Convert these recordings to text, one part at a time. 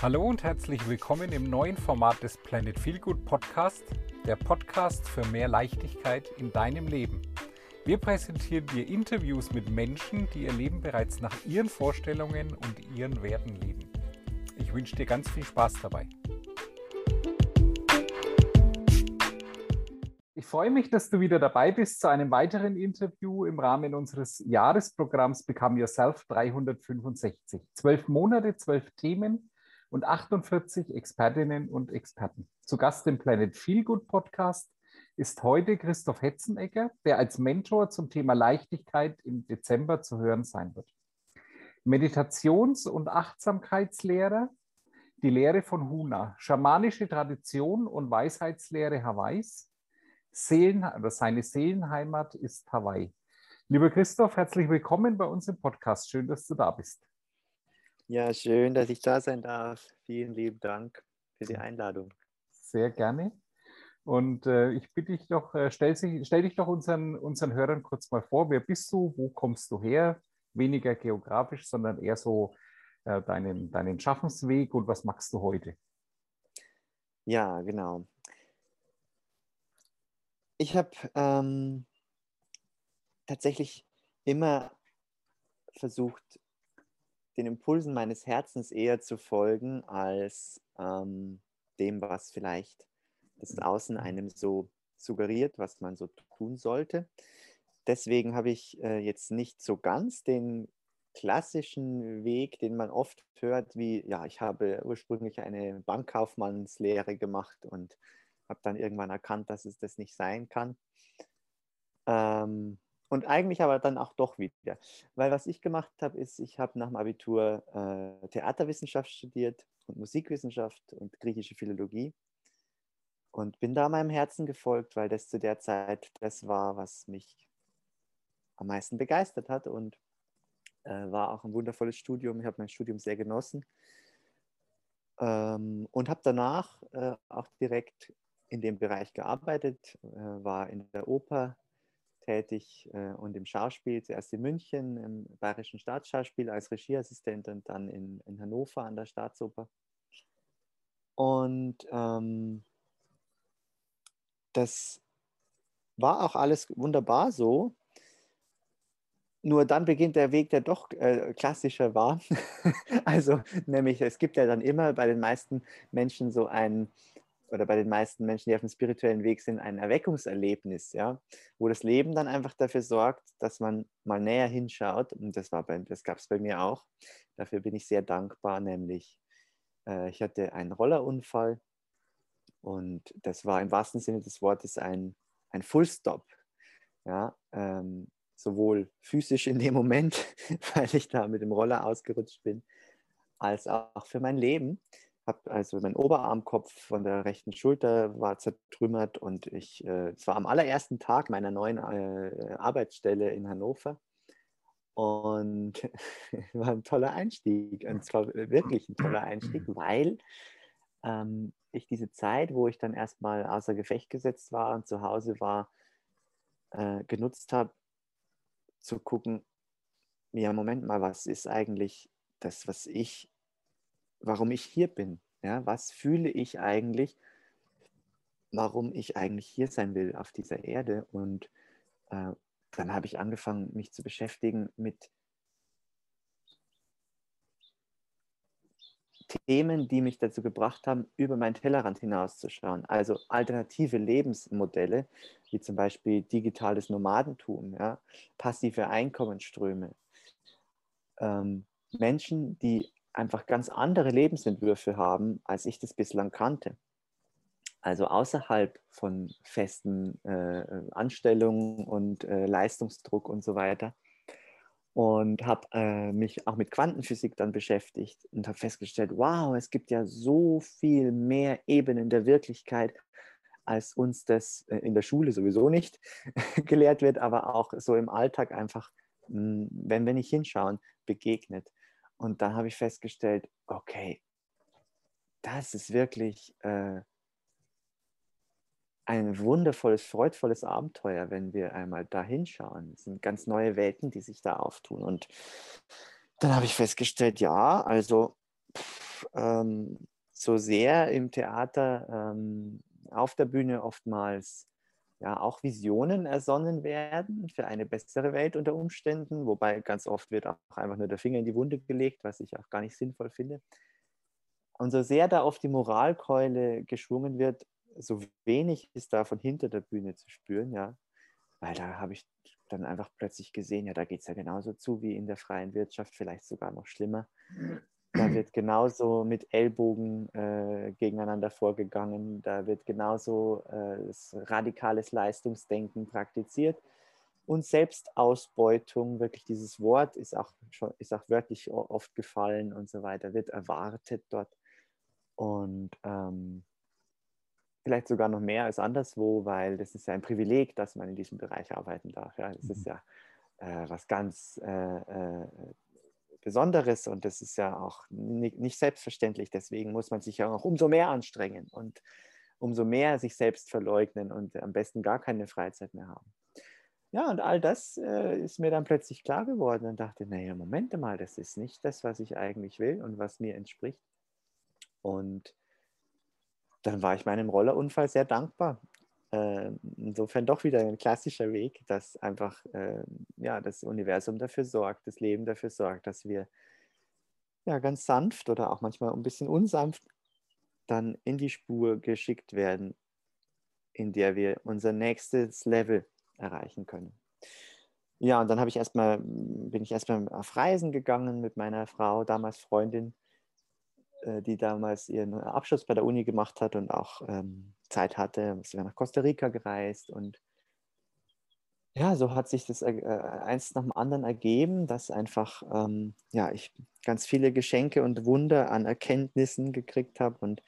Hallo und herzlich willkommen im neuen Format des Planet Feel Good Podcast, der Podcast für mehr Leichtigkeit in deinem Leben. Wir präsentieren dir Interviews mit Menschen, die ihr Leben bereits nach ihren Vorstellungen und ihren Werten leben. Ich wünsche dir ganz viel Spaß dabei. Ich freue mich, dass du wieder dabei bist zu einem weiteren Interview im Rahmen unseres Jahresprogramms Become Yourself 365. 12 Monate, 12 Themen und 48 Expertinnen und Experten. Zu Gast im Planet Feel Good Podcast ist heute Christoph Hetzenegger, der als Mentor zum Thema Leichtigkeit im Dezember zu hören sein wird. Meditations- und Achtsamkeitslehrer, die Lehre von Huna, schamanische Tradition und Weisheitslehre Hawaiis. Seine Seelenheimat ist Hawaii. Lieber Christoph, herzlich willkommen bei uns im Podcast. Schön, dass du da bist. Ja, schön, dass ich da sein darf. Vielen lieben Dank für die Einladung. Sehr gerne. Und ich bitte dich doch, stell dich doch unseren Hörern kurz mal vor. Wer bist du? Wo kommst du her? Weniger geografisch, sondern eher so deinen Schaffensweg und was machst du heute? Ja, genau. Ich habe tatsächlich immer versucht, den Impulsen meines Herzens eher zu folgen, als dem, was vielleicht das Außen einem so suggeriert, was man so tun sollte. Deswegen habe ich jetzt nicht so ganz den klassischen Weg, den man oft hört, wie, ja, ich habe ursprünglich eine Bankkaufmannslehre gemacht und habe dann irgendwann erkannt, dass es das nicht sein kann. Und eigentlich aber dann auch doch wieder. Weil was ich gemacht habe, ist, ich habe nach dem Abitur Theaterwissenschaft studiert und Musikwissenschaft und griechische Philologie und bin da meinem Herzen gefolgt, weil das zu der Zeit das war, was mich am meisten begeistert hat und war auch ein wundervolles Studium. Ich habe mein Studium sehr genossen und habe danach auch direkt in dem Bereich gearbeitet, war in der Oper tätig und im Schauspiel, zuerst in München im Bayerischen Staatsschauspiel als Regieassistent und dann in Hannover an der Staatsoper. Und das war auch alles wunderbar so. Nur dann beginnt der Weg, der doch klassischer war. Also nämlich, es gibt ja dann immer bei den meisten Menschen so ein, oder bei den meisten Menschen, die auf dem spirituellen Weg sind, ein Erweckungserlebnis, ja, wo das Leben dann einfach dafür sorgt, dass man mal näher hinschaut. Und das gab es bei mir auch. Dafür bin ich sehr dankbar, nämlich ich hatte einen Rollerunfall und das war im wahrsten Sinne des Wortes ein Fullstop. Ja, sowohl physisch in dem Moment, weil ich da mit dem Roller ausgerutscht bin, als auch für mein Leben. Also mein Oberarmkopf von der rechten Schulter war zertrümmert und es war am allerersten Tag meiner neuen Arbeitsstelle in Hannover und war ein toller Einstieg. Und zwar wirklich ein toller Einstieg, weil ich diese Zeit, wo ich dann erstmal außer Gefecht gesetzt war und zu Hause war, genutzt habe, zu gucken, ja, Moment mal, was ist eigentlich das, warum ich hier bin? Ja, was fühle ich eigentlich, warum ich eigentlich hier sein will auf dieser Erde? Und dann habe ich angefangen, mich zu beschäftigen mit Themen, die mich dazu gebracht haben, über meinen Tellerrand hinauszuschauen. Also alternative Lebensmodelle, wie zum Beispiel digitales Nomadentum, ja, passive Einkommensströme. Menschen, die einfach ganz andere Lebensentwürfe haben, als ich das bislang kannte. Also außerhalb von festen Anstellungen und Leistungsdruck und so weiter. Und habe mich auch mit Quantenphysik dann beschäftigt und habe festgestellt, wow, es gibt ja so viel mehr Ebenen der Wirklichkeit, als uns das in der Schule sowieso nicht gelehrt wird, aber auch so im Alltag einfach, wenn wir nicht hinschauen, begegnet. Und dann habe ich festgestellt, okay, das ist wirklich ein wundervolles, freudvolles Abenteuer, wenn wir einmal da hinschauen. Es sind ganz neue Welten, die sich da auftun. Und dann habe ich festgestellt, ja, also so sehr im Theater auf der Bühne oftmals ja auch Visionen ersonnen werden für eine bessere Welt unter Umständen, wobei ganz oft wird auch einfach nur der Finger in die Wunde gelegt, was ich auch gar nicht sinnvoll finde. Und so sehr da auf die Moralkeule geschwungen wird, so wenig ist davon hinter der Bühne zu spüren, ja, weil da habe ich dann einfach plötzlich gesehen, ja, da geht es ja genauso zu wie in der freien Wirtschaft, vielleicht sogar noch schlimmer. Da wird genauso mit Ellbogen gegeneinander vorgegangen, da wird genauso radikales Leistungsdenken praktiziert und Selbstausbeutung, wirklich dieses Wort ist auch wörtlich oft gefallen und so weiter, wird erwartet dort und vielleicht sogar noch mehr als anderswo, weil das ist ja ein Privileg, dass man in diesem Bereich arbeiten darf. Ja? Das ist ja was ganz Besonderes und das ist ja auch nicht selbstverständlich. Deswegen muss man sich ja auch umso mehr anstrengen und umso mehr sich selbst verleugnen und am besten gar keine Freizeit mehr haben. Ja, und all das ist mir dann plötzlich klar geworden und dachte, naja, Moment mal, das ist nicht das, was ich eigentlich will und was mir entspricht. Und dann war ich meinem Rollerunfall sehr dankbar. Insofern doch wieder ein klassischer Weg, dass einfach ja, das Universum dafür sorgt, das Leben dafür sorgt, dass wir ja, ganz sanft oder auch manchmal ein bisschen unsanft dann in die Spur geschickt werden, in der wir unser nächstes Level erreichen können. Ja, und dann bin ich erstmal auf Reisen gegangen mit meiner Frau, damals Freundin, die damals ihren Abschluss bei der Uni gemacht hat und auch Zeit hatte. Sie war nach Costa Rica gereist und ja, so hat sich das eins nach dem anderen ergeben, dass einfach ja, ich ganz viele Geschenke und Wunder an Erkenntnissen gekriegt habe und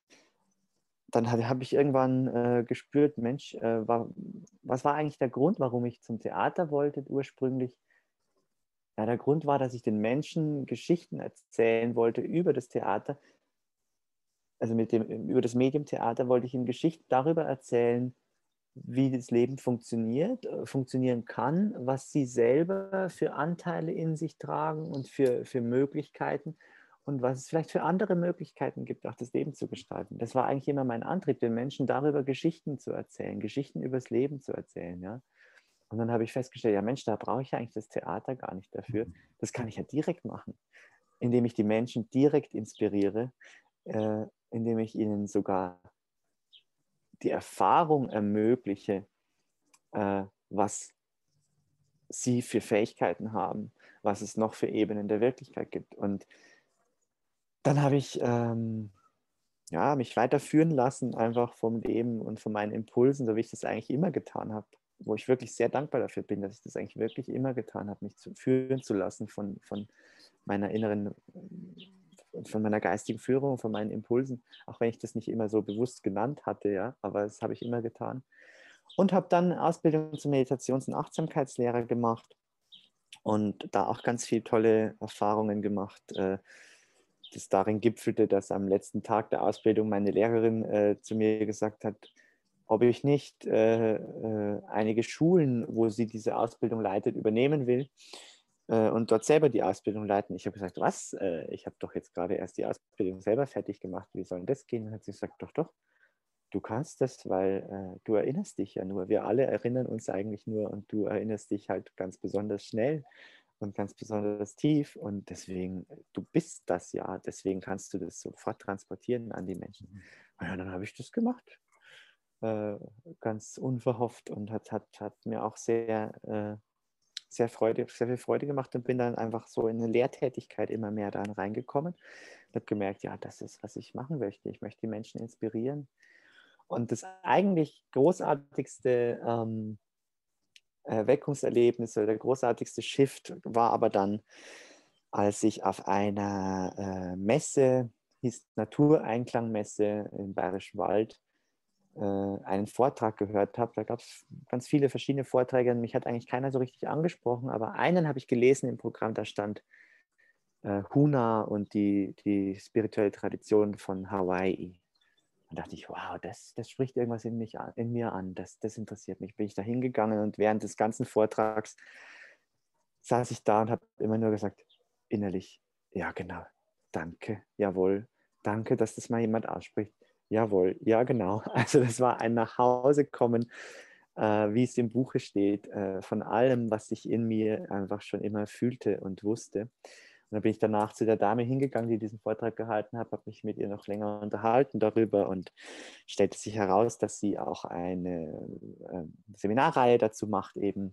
dann habe ich irgendwann gespürt, Mensch, was war eigentlich der Grund, warum ich zum Theater wollte ursprünglich? Ja, der Grund war, dass ich den Menschen Geschichten erzählen wollte über das Theater. Also über das Medium Theater wollte ich ihnen Geschichten darüber erzählen, wie das Leben funktionieren kann, was sie selber für Anteile in sich tragen und für Möglichkeiten und was es vielleicht für andere Möglichkeiten gibt, auch das Leben zu gestalten. Das war eigentlich immer mein Antrieb, den Menschen darüber Geschichten zu erzählen, Geschichten übers Leben zu erzählen. Ja? Und dann habe ich festgestellt, ja Mensch, da brauche ich ja eigentlich das Theater gar nicht dafür. Das kann ich ja direkt machen, indem ich die Menschen direkt inspiriere, indem ich ihnen sogar die Erfahrung ermögliche, was sie für Fähigkeiten haben, was es noch für Ebenen der Wirklichkeit gibt. Und dann habe ich ja, mich weiterführen lassen, einfach vom Leben und von meinen Impulsen, so wie ich das eigentlich immer getan habe, wo ich wirklich sehr dankbar dafür bin, dass ich das eigentlich wirklich immer getan habe, mich führen zu lassen von meiner inneren, von meiner geistigen Führung, von meinen Impulsen, auch wenn ich das nicht immer so bewusst genannt hatte, ja, aber das habe ich immer getan. Und habe dann Ausbildung zum Meditations- und Achtsamkeitslehrer gemacht und da auch ganz viele tolle Erfahrungen gemacht. Das darin gipfelte, dass am letzten Tag der Ausbildung meine Lehrerin zu mir gesagt hat, ob ich nicht einige Schulen, wo sie diese Ausbildung leitet, übernehmen will und dort selber die Ausbildung leiten. Ich habe gesagt, was? Ich habe doch jetzt gerade erst die Ausbildung selber fertig gemacht. Wie soll denn das gehen? Und hat sie gesagt, doch, doch. Du kannst das, weil du erinnerst dich ja nur. Wir alle erinnern uns eigentlich nur und du erinnerst dich halt ganz besonders schnell und ganz besonders tief und deswegen, du bist das ja, deswegen kannst du das sofort transportieren an die Menschen. Und ja, dann habe ich das gemacht, ganz unverhofft und hat mir auch sehr viel Freude gemacht und bin dann einfach so in eine Lehrtätigkeit immer mehr dann reingekommen und habe gemerkt, ja, das ist, was ich machen möchte. Ich möchte die Menschen inspirieren. Und das eigentlich großartigste Erweckungserlebnis oder der großartigste Shift war aber dann, als ich auf einer Messe, hieß Natureinklang-Messe im Bayerischen Wald, einen Vortrag gehört habe. Da gab es ganz viele verschiedene Vorträge und mich hat eigentlich keiner so richtig angesprochen, aber einen habe ich gelesen im Programm, da stand Huna und die spirituelle Tradition von Hawaii. Und dachte ich, wow, das spricht irgendwas in mir an, das interessiert mich. Bin ich da hingegangen und während des ganzen Vortrags saß ich da und habe immer nur gesagt, innerlich, ja genau, danke, jawohl, danke, dass das mal jemand ausspricht. Jawohl, ja genau. Also das war ein Nachhausekommen, wie es im Buche steht, von allem, was ich in mir einfach schon immer fühlte und wusste. Und dann bin ich danach zu der Dame hingegangen, die diesen Vortrag gehalten hat, habe mich mit ihr noch länger unterhalten darüber und stellte sich heraus, dass sie auch eine Seminarreihe dazu macht, eben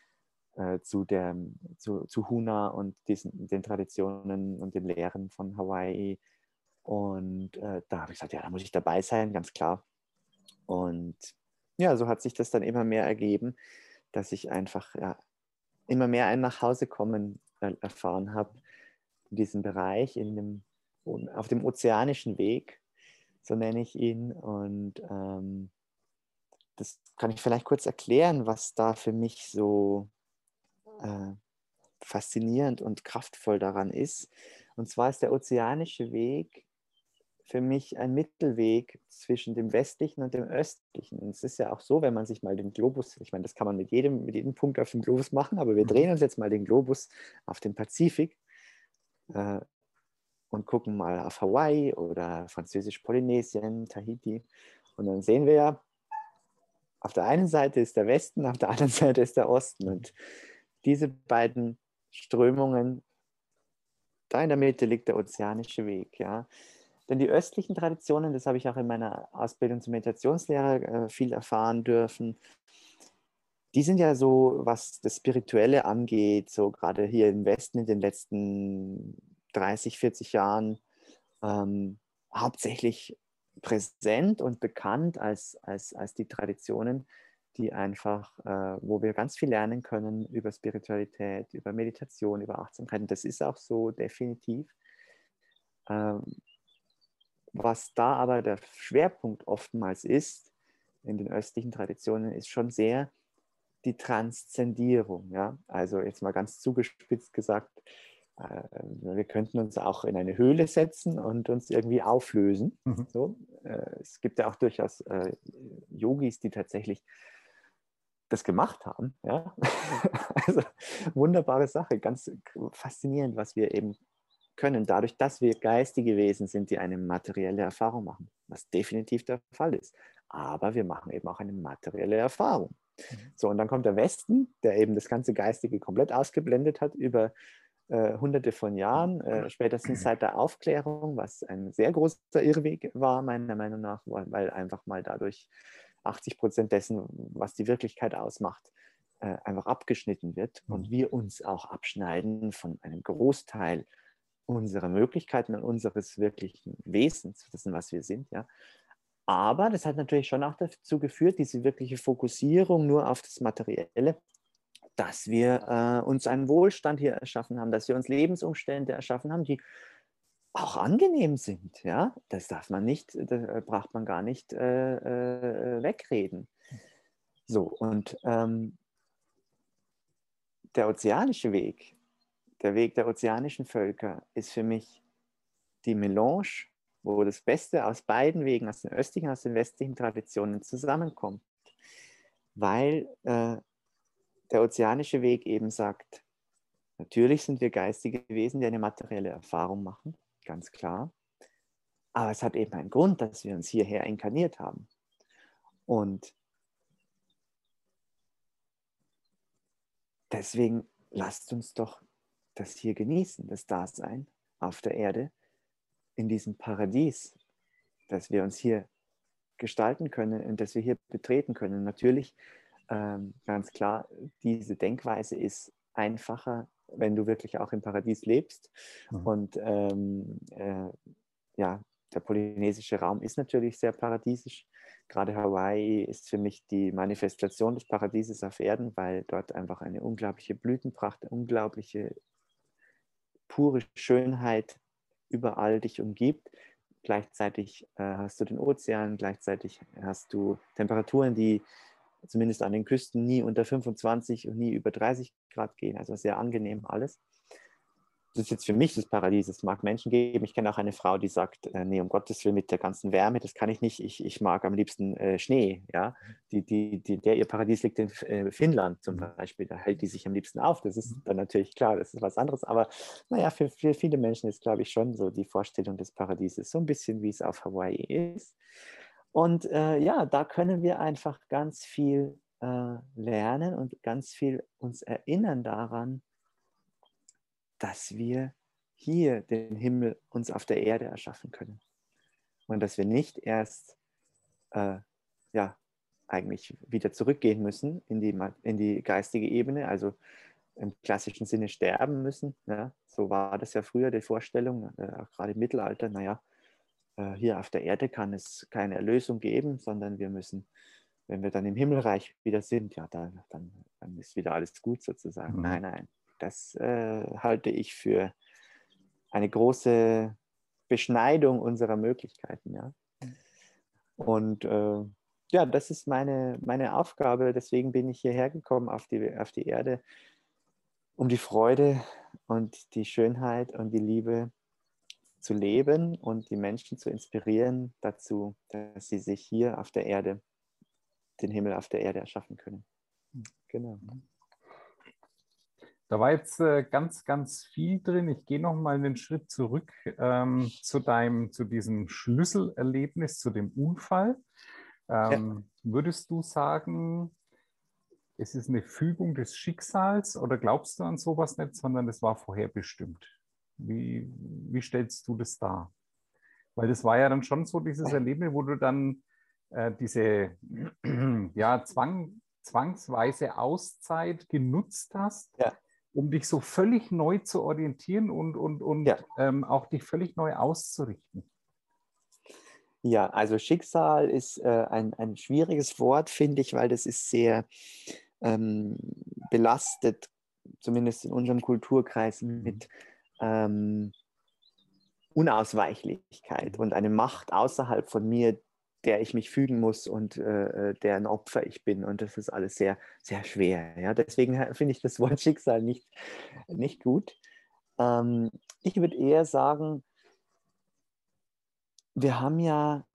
zu Huna und den Traditionen und den Lehren von Hawaii. Und da habe ich gesagt, ja, da muss ich dabei sein, ganz klar. Und ja, so hat sich das dann immer mehr ergeben, dass ich einfach immer mehr ein Nachhausekommen erfahren habe in diesem Bereich, auf dem ozeanischen Weg, so nenne ich ihn. Und das kann ich vielleicht kurz erklären, was da für mich so faszinierend und kraftvoll daran ist. Und zwar ist der ozeanische Weg für mich ein Mittelweg zwischen dem westlichen und dem östlichen. Und es ist ja auch so, wenn man sich mal den Globus, ich meine, das kann man mit jedem Punkt auf dem Globus machen, aber wir drehen uns jetzt mal den Globus auf den Pazifik und gucken mal auf Hawaii oder Französisch-Polynesien, Tahiti. Und dann sehen wir ja, auf der einen Seite ist der Westen, auf der anderen Seite ist der Osten. Und diese beiden Strömungen, da in der Mitte liegt der ozeanische Weg. Ja. Denn die östlichen Traditionen, das habe ich auch in meiner Ausbildung zum Meditationslehrer viel erfahren dürfen, die sind ja so, was das Spirituelle angeht, so gerade hier im Westen in den letzten 30, 40 Jahren hauptsächlich präsent und bekannt als die Traditionen, die einfach, wo wir ganz viel lernen können über Spiritualität, über Meditation, über Achtsamkeit. Und das ist auch so definitiv. Was da aber der Schwerpunkt oftmals ist, in den östlichen Traditionen, ist schon sehr die Transzendierung. Ja? Also jetzt mal ganz zugespitzt gesagt, wir könnten uns auch in eine Höhle setzen und uns irgendwie auflösen. Mhm. So. Es gibt ja auch durchaus Yogis, die tatsächlich das gemacht haben. Ja? Also wunderbare Sache, ganz faszinierend, was wir eben können, dadurch, dass wir geistige Wesen sind, die eine materielle Erfahrung machen, was definitiv der Fall ist. Aber wir machen eben auch eine materielle Erfahrung. So, und dann kommt der Westen, der eben das ganze Geistige komplett ausgeblendet hat über hunderte von Jahren, spätestens seit der Aufklärung, was ein sehr großer Irrweg war, meiner Meinung nach, weil einfach mal dadurch 80% dessen, was die Wirklichkeit ausmacht, einfach abgeschnitten wird und wir uns auch abschneiden von einem Großteil unserer Möglichkeiten und unseres wirklichen Wesens, dessen, was wir sind. Ja. Aber das hat natürlich schon auch dazu geführt, diese wirkliche Fokussierung nur auf das Materielle, dass wir uns einen Wohlstand hier erschaffen haben, dass wir uns Lebensumstände erschaffen haben, die auch angenehm sind. Ja? Das darf man nicht, das braucht man gar nicht wegreden. So, und der ozeanische Weg, der Weg der ozeanischen Völker, ist für mich die Melange, wo das Beste aus beiden Wegen, aus den östlichen und aus den westlichen Traditionen zusammenkommt. Weil der ozeanische Weg eben sagt, natürlich sind wir geistige Wesen, die eine materielle Erfahrung machen, ganz klar. Aber es hat eben einen Grund, dass wir uns hierher inkarniert haben. Und deswegen lasst uns doch das hier genießen, das Dasein auf der Erde, in diesem Paradies, das wir uns hier gestalten können und das wir hier betreten können. Natürlich, ganz klar, diese Denkweise ist einfacher, wenn du wirklich auch im Paradies lebst. Und ja, der polynesische Raum ist natürlich sehr paradiesisch. Gerade Hawaii ist für mich die Manifestation des Paradieses auf Erden, weil dort einfach eine unglaubliche Blütenpracht, eine unglaubliche pure Schönheit überall dich umgibt. Gleichzeitig hast du den Ozean, gleichzeitig hast du Temperaturen, die zumindest an den Küsten nie unter 25 und nie über 30 Grad gehen. Also sehr angenehm alles. das ist jetzt für mich das Paradies. Es mag Menschen geben, ich kenne auch eine Frau, die sagt, nee, um Gottes Willen mit der ganzen Wärme, das kann ich nicht, ich mag am liebsten Schnee. Ja? Ihr Paradies liegt in Finnland zum Beispiel, da hält die sich am liebsten auf. Das ist dann natürlich klar, das ist was anderes, aber naja, für viele Menschen ist, glaube ich, schon so die Vorstellung des Paradieses, so ein bisschen wie es auf Hawaii ist. Und ja, da können wir einfach ganz viel lernen und ganz viel uns erinnern daran, dass wir hier den Himmel uns auf der Erde erschaffen können. Und dass wir nicht erst ja, eigentlich wieder zurückgehen müssen in die geistige Ebene, also im klassischen Sinne sterben müssen. Ja? So war das ja früher die Vorstellung, auch gerade im Mittelalter, naja, hier auf der Erde kann es keine Erlösung geben, sondern wir müssen, wenn wir dann im Himmelreich wieder sind, ja, dann ist wieder alles gut sozusagen. Nein, nein, das halte ich für eine große Beschneidung unserer Möglichkeiten. Ja? Und ja, das ist meine Aufgabe. Deswegen bin ich hierher gekommen auf die Erde, um die Freude und die Schönheit und die Liebe zu leben und die Menschen zu inspirieren dazu, dass sie sich hier auf der Erde, den Himmel auf der Erde erschaffen können. Genau. Da war jetzt ganz, ganz viel drin. Ich gehe noch mal einen Schritt zurück zu diesem Schlüsselerlebnis, zu dem Unfall. Würdest du sagen, es ist eine Fügung des Schicksals oder glaubst du an sowas nicht, sondern es war vorherbestimmt? Wie stellst du das dar? Weil das war ja dann schon so dieses Erlebnis, wo du dann diese ja, zwangsweise Auszeit genutzt hast, Ja. um dich so völlig neu zu orientieren und Ja. Auch dich völlig neu auszurichten. Ja, also Schicksal ist ein schwieriges Wort, finde ich, weil das ist sehr belastet, zumindest in unserem Kulturkreis, mit Unausweichlichkeit und eine Macht außerhalb von mir, der ich mich fügen muss und deren Opfer ich bin. Und das ist alles sehr, sehr schwer. Ja? Deswegen finde ich das Wort Schicksal nicht gut. Ich würde eher sagen, wir haben ja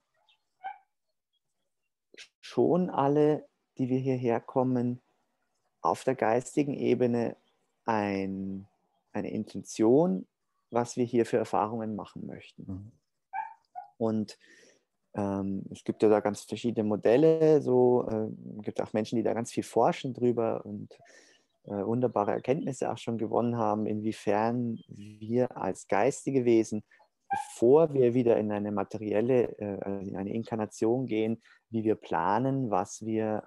schon alle, die wir hierher kommen, auf der geistigen Ebene eine Intention, was wir hier für Erfahrungen machen möchten. Und es gibt ja da ganz verschiedene Modelle, es gibt auch Menschen, die da ganz viel forschen drüber und wunderbare Erkenntnisse auch schon gewonnen haben, inwiefern wir als geistige Wesen, bevor wir wieder in eine materielle, in eine Inkarnation gehen, wie wir planen, was wir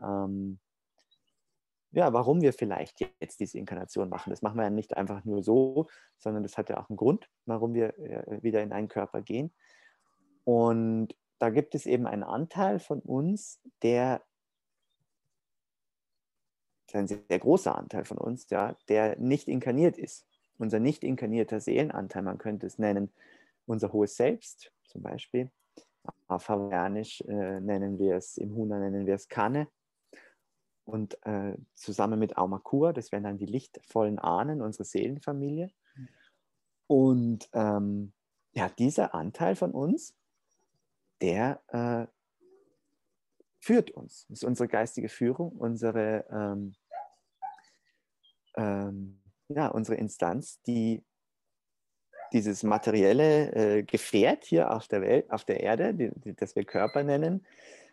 ja, warum wir vielleicht jetzt diese Inkarnation machen. Das machen wir ja nicht einfach nur so, sondern das hat ja auch einen Grund, warum wir wieder in einen Körper gehen. Und da gibt es eben einen Anteil von uns, ein sehr großer Anteil von uns, ja, der nicht inkarniert ist. Unser nicht inkarnierter Seelenanteil, man könnte es nennen, unser hohes Selbst zum Beispiel. Auf Hawaiianisch nennen wir es, im Huna nennen wir es Kane. Und zusammen mit Aumakua, das wären dann die lichtvollen Ahnen, unsere Seelenfamilie. Und ja, dieser Anteil von uns, der führt uns. Das ist unsere geistige Führung, unsere Instanz, die dieses materielle Gefährt hier auf der Welt, auf der Erde, das wir Körper nennen,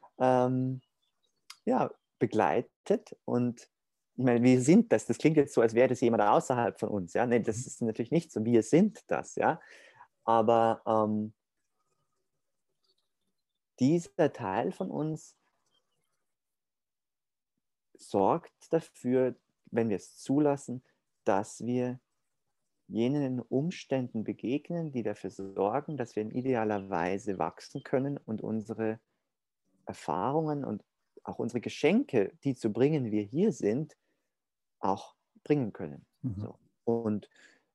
ja, begleitet. Und ich meine, wir sind das. Das klingt jetzt so, als wäre das jemand außerhalb von uns. Ja? Nee, das ist natürlich nicht so. Wir sind das. Ja? Aber dieser Teil von uns sorgt dafür, wenn wir es zulassen, dass wir jenen Umständen begegnen, die dafür sorgen, dass wir in idealer Weise wachsen können und unsere Erfahrungen und auch unsere Geschenke, die zu bringen wir hier sind, auch bringen können. So. Und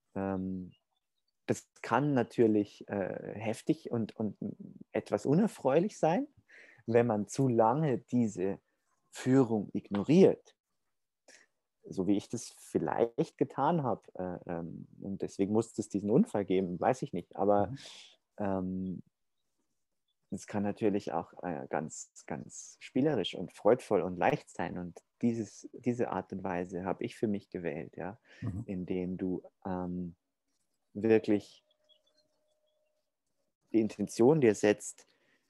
das kann natürlich heftig und etwas unerfreulich sein, wenn man zu lange diese Führung ignoriert. so wie ich das vielleicht getan habe. Und deswegen musste es diesen Unfall geben, weiß ich nicht. Aber es kann natürlich auch ganz, ganz spielerisch und freudvoll und leicht sein. Und diese Art und Weise habe ich für mich gewählt, ja, indem du wirklich die Intention dir setzt,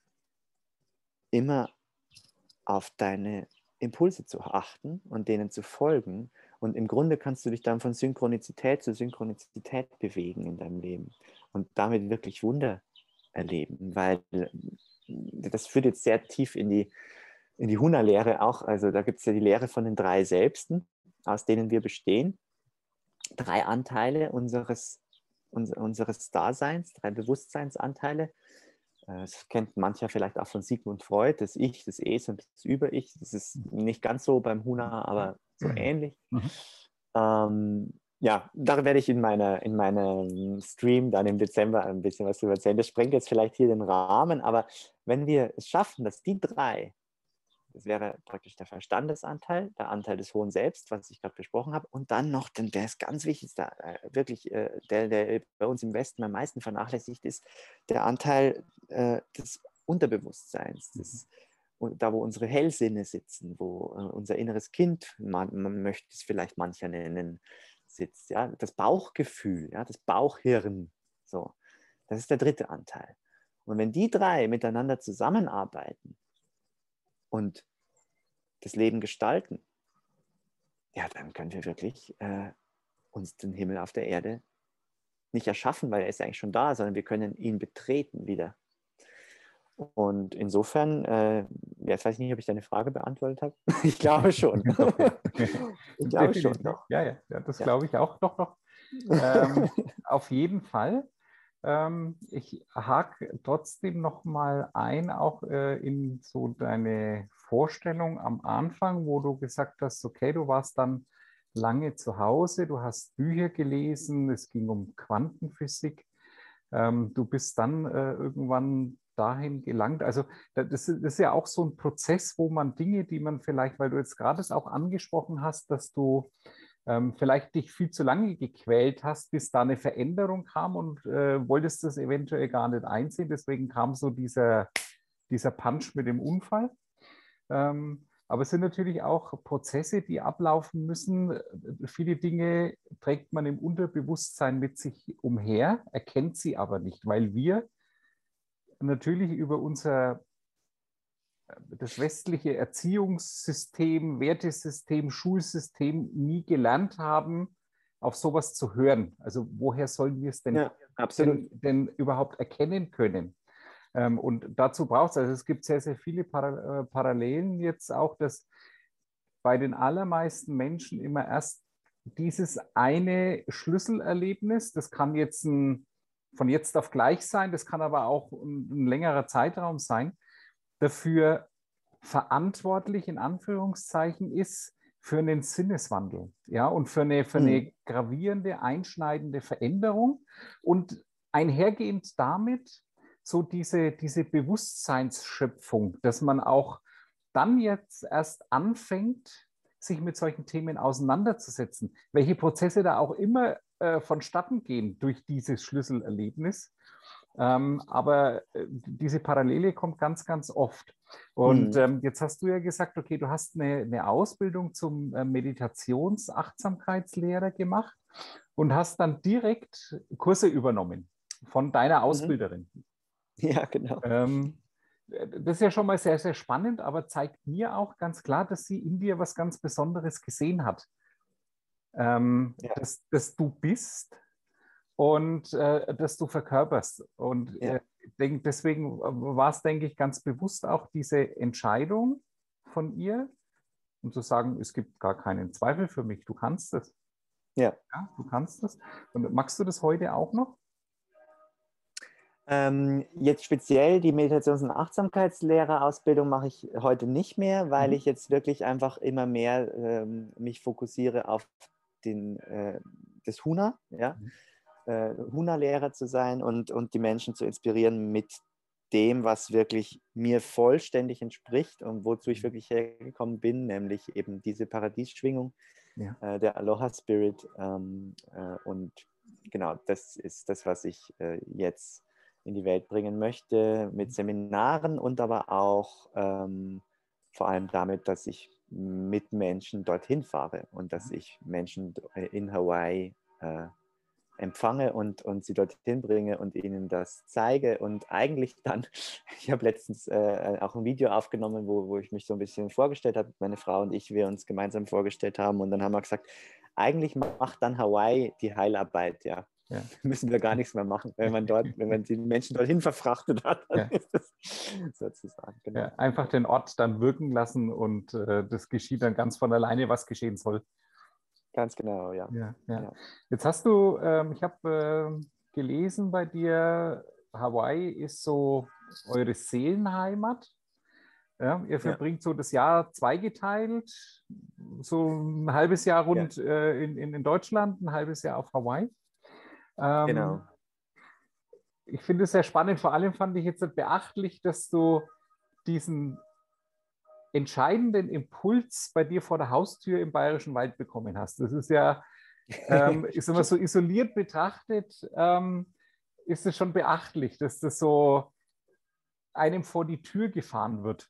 immer auf deine Impulse zu achten und denen zu folgen. Und im Grunde kannst du dich dann von Synchronizität zu Synchronizität bewegen in deinem Leben und damit wirklich Wunder erleben, weil das führt jetzt sehr tief in die Huna-Lehre auch. Also da gibt es ja die Lehre von den 3 Selbsten, aus denen wir bestehen. 3 Anteile unseres Daseins, 3 Bewusstseinsanteile. Das kennt mancher vielleicht auch von Sigmund Freud, das Ich, das Es und das Über-Ich. Das ist nicht ganz so beim Huna, aber so ähnlich. Ja, da werde ich in meinem Stream dann im Dezember ein bisschen was drüber erzählen. Das sprengt jetzt vielleicht hier den Rahmen, aber wenn wir es schaffen, dass die 3, das wäre praktisch der Verstandesanteil, der Anteil des hohen Selbst, was ich gerade besprochen habe, und dann noch, denn der ist ganz wichtig, wirklich der bei uns im Westen am meisten vernachlässigt ist, der Anteil des Unterbewusstseins, da wo unsere Hellsinne sitzen, wo unser inneres Kind, man möchte es vielleicht mancher nennen, sitzt, ja, das Bauchgefühl, ja, das Bauchhirn, so, das ist der 3. Anteil. Und wenn die 3 miteinander zusammenarbeiten und das Leben gestalten, ja, dann können wir wirklich uns den Himmel auf der Erde nicht erschaffen, weil er ist eigentlich schon da, sondern wir können ihn betreten wieder. Und insofern, jetzt weiß ich nicht, ob ich deine Frage beantwortet habe. Ich glaube schon. Ich glaube schon. Doch. Ja, das glaube ich auch. Doch. Auf jeden Fall. Ich hake trotzdem noch mal ein, auch in so deine Vorstellung am Anfang, wo du gesagt hast, okay, du warst dann lange zu Hause, du hast Bücher gelesen, es ging um Quantenphysik. Du bist dann irgendwann dahin gelangt. Also das ist ja auch so ein Prozess, wo man Dinge, die man vielleicht, weil du jetzt gerade es auch angesprochen hast, dass du vielleicht dich viel zu lange gequält hast, bis da eine Veränderung kam und wolltest das eventuell gar nicht einsehen. Deswegen kam so dieser Punch mit dem Unfall. Aber es sind natürlich auch Prozesse, die ablaufen müssen. Viele Dinge trägt man im Unterbewusstsein mit sich umher, erkennt sie aber nicht, weil wir natürlich über das westliche Erziehungssystem, Wertesystem, Schulsystem nie gelernt haben, auf sowas zu hören. Also woher sollen wir es denn überhaupt erkennen können? Und dazu braucht es, also es gibt sehr, sehr viele Parallelen jetzt auch, dass bei den allermeisten Menschen immer erst dieses eine Schlüsselerlebnis, das kann jetzt von jetzt auf gleich sein, das kann aber auch ein längerer Zeitraum sein, dafür verantwortlich in Anführungszeichen ist für einen Sinneswandel, ja, und für eine gravierende, einschneidende Veränderung und einhergehend damit so diese Bewusstseinsschöpfung, dass man auch dann jetzt erst anfängt, sich mit solchen Themen auseinanderzusetzen, welche Prozesse da auch immer vonstatten gehen durch dieses Schlüsselerlebnis. Aber diese Parallele kommt ganz, ganz oft. Und jetzt hast du ja gesagt, okay, du hast eine Ausbildung zum Meditations-Achtsamkeitslehrer gemacht und hast dann direkt Kurse übernommen von deiner Ausbilderin. Ja, genau. Das ist ja schon mal sehr, sehr spannend, aber zeigt mir auch ganz klar, dass sie in dir was ganz Besonderes gesehen hat. Dass du bist und dass du verkörperst. Und deswegen war es, denke ich, ganz bewusst auch diese Entscheidung von ihr, um zu sagen, es gibt gar keinen Zweifel für mich, du kannst es. Ja, du kannst es. Und magst du das heute auch noch? Jetzt speziell die Meditations- und Achtsamkeitslehrerausbildung mache ich heute nicht mehr, weil ich jetzt wirklich einfach immer mehr mich fokussiere auf das Huna, ja? Huna-Lehrer zu sein und die Menschen zu inspirieren mit dem, was wirklich mir vollständig entspricht und wozu ich wirklich hergekommen bin, nämlich eben diese Paradiesschwingung, Ja. der Aloha Spirit. Und genau, das ist das, was ich jetzt in die Welt bringen möchte, mit Seminaren und aber auch vor allem damit, dass ich mit Menschen dorthin fahre und dass ich Menschen in Hawaii empfange und sie dorthin bringe und ihnen das zeige. Und eigentlich dann, ich habe letztens auch ein Video aufgenommen, wo ich mich so ein bisschen vorgestellt habe, meine Frau und ich, wir uns gemeinsam vorgestellt haben. Und dann haben wir gesagt, eigentlich macht dann Hawaii die Heilarbeit, ja. Ja. Müssen wir gar nichts mehr machen, wenn man die Menschen dorthin verfrachtet hat, dann Ja. ist das sozusagen. Genau. Ja, einfach den Ort dann wirken lassen und das geschieht dann ganz von alleine, was geschehen soll. Ganz genau, ja. Ja, ja. Ja. Jetzt hast du, ich habe gelesen bei dir, Hawaii ist so eure Seelenheimat. Ja, ihr verbringt so das Jahr zweigeteilt, so ein halbes Jahr rund in Deutschland, ein halbes Jahr auf Hawaii. Genau. Ich finde es sehr spannend. Vor allem fand ich jetzt beachtlich, dass du diesen entscheidenden Impuls bei dir vor der Haustür im Bayerischen Wald bekommen hast. Das ist ja, ist immer so isoliert betrachtet, ist es schon beachtlich, dass das so einem vor die Tür gefahren wird.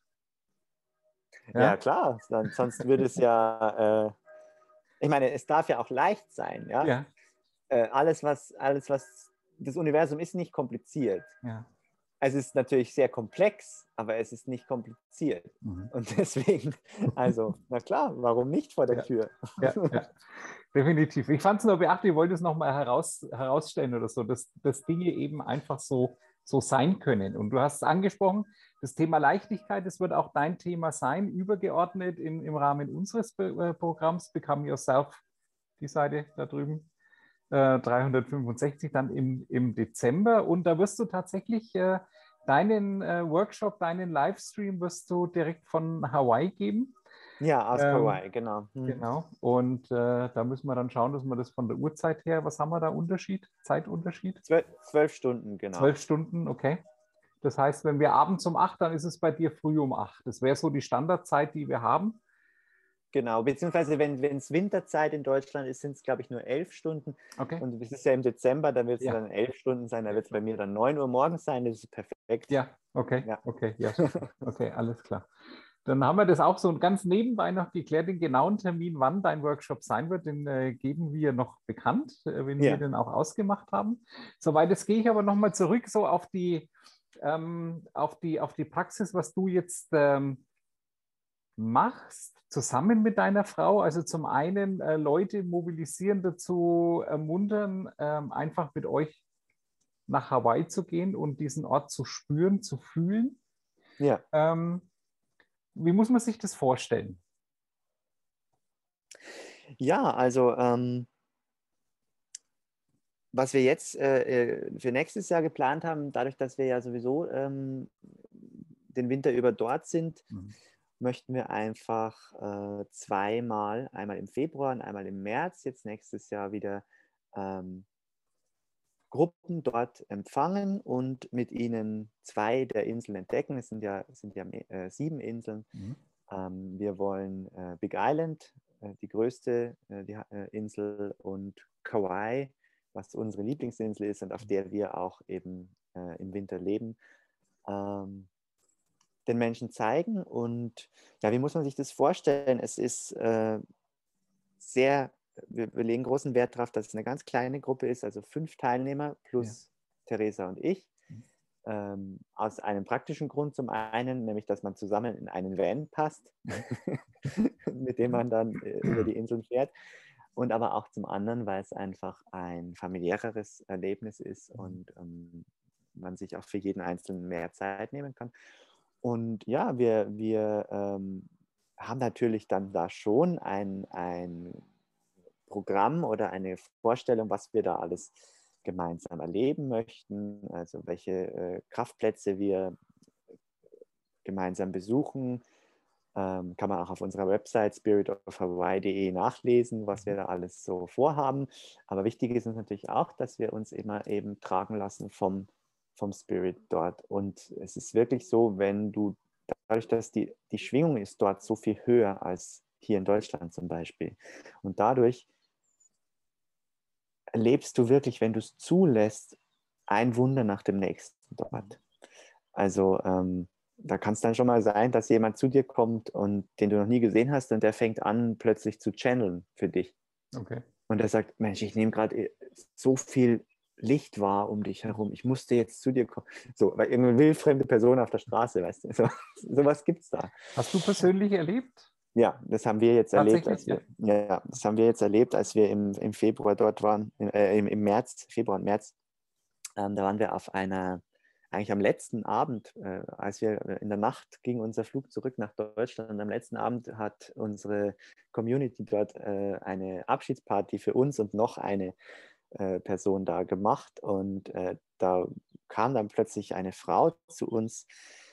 Ja, klar, sonst würde es ja, ich meine, es darf ja auch leicht sein, ja. Ja. Alles, was das Universum ist nicht kompliziert. Ja. Es ist natürlich sehr komplex, aber es ist nicht kompliziert. Mhm. Und deswegen, also, na klar, warum nicht vor der Tür? Ja. Definitiv. Ich fand es nur beachtlich, ich wollte es nochmal herausstellen oder so, dass Dinge eben einfach so sein können. Und du hast es angesprochen, das Thema Leichtigkeit, das wird auch dein Thema sein, übergeordnet im Rahmen unseres Programms Become Yourself, die Seite da drüben, 365 dann im Dezember. Und da wirst du tatsächlich deinen Workshop, deinen Livestream wirst du direkt von Hawaii geben. Ja, aus Hawaii, genau. Genau. Und da müssen wir dann schauen, dass wir das von der Uhrzeit her, was haben wir da Unterschied? Zeitunterschied? 12 Stunden, genau. 12 Stunden, okay. Das heißt, wenn wir abends um 8, dann ist es bei dir früh um 8. Das wäre so die Standardzeit, die wir haben. Genau, beziehungsweise wenn es Winterzeit in Deutschland ist, sind es, glaube ich, nur 11 Stunden. Okay. Und es ist ja im Dezember, da wird es dann 11 Stunden sein, da wird es bei mir dann 9 Uhr morgens sein, das ist perfekt. Ja, okay, ja. Okay, ja, okay, alles klar. Dann haben wir das auch so ganz nebenbei noch geklärt, den genauen Termin, wann dein Workshop sein wird, den geben wir noch bekannt, wenn wir den auch ausgemacht haben. Soweit es gehe ich aber nochmal zurück so auf die Praxis, was du jetzt machst, zusammen mit deiner Frau. Also zum einen Leute mobilisieren dazu, ermuntern, einfach mit euch nach Hawaii zu gehen und diesen Ort zu spüren, zu fühlen. Ja. Wie muss man sich das vorstellen? Ja, also was wir jetzt für nächstes Jahr geplant haben, dadurch, dass wir ja sowieso den Winter über dort sind, möchten wir einfach zweimal, einmal im Februar und einmal im März, jetzt nächstes Jahr wieder Gruppen dort empfangen und mit ihnen 2 der Inseln entdecken. Es sind ja 7 Inseln. Wir wollen Big Island, die größte Insel, und Kauai, was unsere Lieblingsinsel ist und auf der wir auch eben im Winter leben, den Menschen zeigen. Und ja, wie muss man sich das vorstellen? Es ist wir legen großen Wert darauf, dass es eine ganz kleine Gruppe ist, also 5 Teilnehmer plus Theresa und ich. Aus einem praktischen Grund zum einen, nämlich dass man zusammen in einen Van passt, mit dem man dann über die Inseln fährt. Und aber auch zum anderen, weil es einfach ein familiäreres Erlebnis ist und man sich auch für jeden Einzelnen mehr Zeit nehmen kann. Und ja, wir haben natürlich dann da schon ein Programm oder eine Vorstellung, was wir da alles gemeinsam erleben möchten, also welche Kraftplätze wir gemeinsam besuchen. Kann man auch auf unserer Website spiritofhawaii.de nachlesen, was wir da alles so vorhaben. Aber wichtig ist uns natürlich auch, dass wir uns immer eben tragen lassen vom Spirit dort. Und es ist wirklich so, wenn du, dadurch, dass die Schwingung ist dort so viel höher als hier in Deutschland zum Beispiel. Und dadurch erlebst du wirklich, wenn du es zulässt, ein Wunder nach dem nächsten dort. Also da kann es dann schon mal sein, dass jemand zu dir kommt und den du noch nie gesehen hast und der fängt an, plötzlich zu channeln für dich. Okay. Und er sagt, Mensch, ich nehme gerade so viel Licht wahr um dich herum. Ich musste jetzt zu dir kommen. So, weil irgendeine wildfremde Person auf der Straße, weißt du. Sowas gibt es da. Hast du persönlich erlebt? Ja, das haben wir jetzt erlebt, Tatsächlich, das haben wir jetzt erlebt, als wir im Februar dort waren, im März, Februar und März. Da waren wir auf eigentlich am letzten Abend, als wir in der Nacht ging unser Flug zurück nach Deutschland. Und am letzten Abend hat unsere Community dort eine Abschiedsparty für uns und noch eine Person da gemacht. Und da kam dann plötzlich eine Frau zu uns.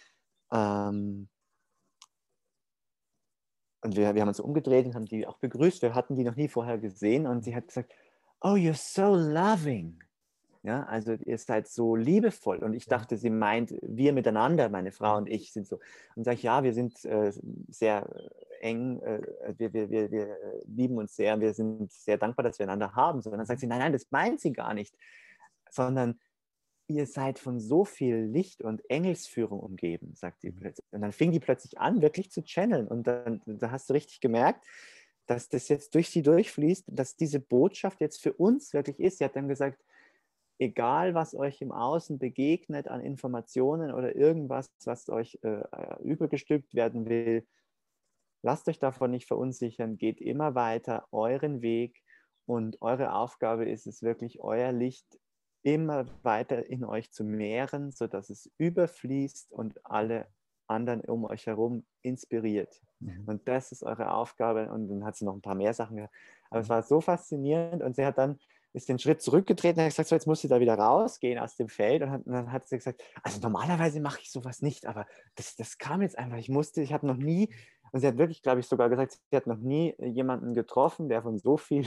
Und wir haben uns umgedreht und haben die auch begrüßt. Wir hatten die noch nie vorher gesehen. Und sie hat gesagt, oh, you're so loving. Ja, also ihr seid so liebevoll. Und ich dachte, sie meint, wir miteinander, meine Frau und ich sind so. Und sage ich, ja, wir sind sehr eng, wir lieben uns sehr, wir sind sehr dankbar, dass wir einander haben. Und dann sagt sie, nein, das meint sie gar nicht, sondern ihr seid von so viel Licht und Engelsführung umgeben, sagt sie plötzlich. Und dann fing die plötzlich an, wirklich zu channeln. Und dann da hast du richtig gemerkt, dass das jetzt durch sie durchfließt, dass diese Botschaft jetzt für uns wirklich ist. Sie hat dann gesagt, egal was euch im Außen begegnet an Informationen oder irgendwas, was euch übergestülpt werden will, lasst euch davon nicht verunsichern, geht immer weiter euren Weg und eure Aufgabe ist es wirklich, euer Licht immer weiter in euch zu mehren, sodass es überfließt und alle anderen um euch herum inspiriert. Und das ist eure Aufgabe. Und dann hat sie noch ein paar mehr Sachen gehabt. Aber es war so faszinierend und sie hat dann ist den Schritt zurückgetreten und hat gesagt, so, jetzt muss sie da wieder rausgehen aus dem Feld. Und dann hat sie gesagt, also normalerweise mache ich sowas nicht, aber das kam jetzt einfach. Ich habe noch nie, und sie hat wirklich, glaube ich, sogar gesagt, sie hat noch nie jemanden getroffen, der von so viel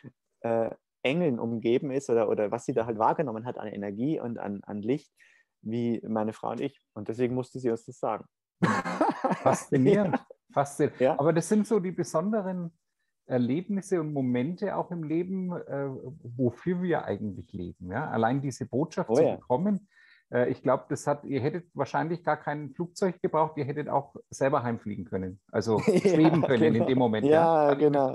Engeln umgeben ist oder was sie da halt wahrgenommen hat an Energie und an Licht, wie meine Frau und ich. Und deswegen musste sie uns das sagen. Faszinierend. Ja. Faszinierend. Ja. Aber das sind so die besonderen Erlebnisse und Momente auch im Leben, wofür wir eigentlich leben. Ja? Allein diese Botschaft zu bekommen, ich glaube, ihr hättet wahrscheinlich gar kein Flugzeug gebraucht, ihr hättet auch selber heimfliegen können, also schweben können in dem Moment. Ja, genau.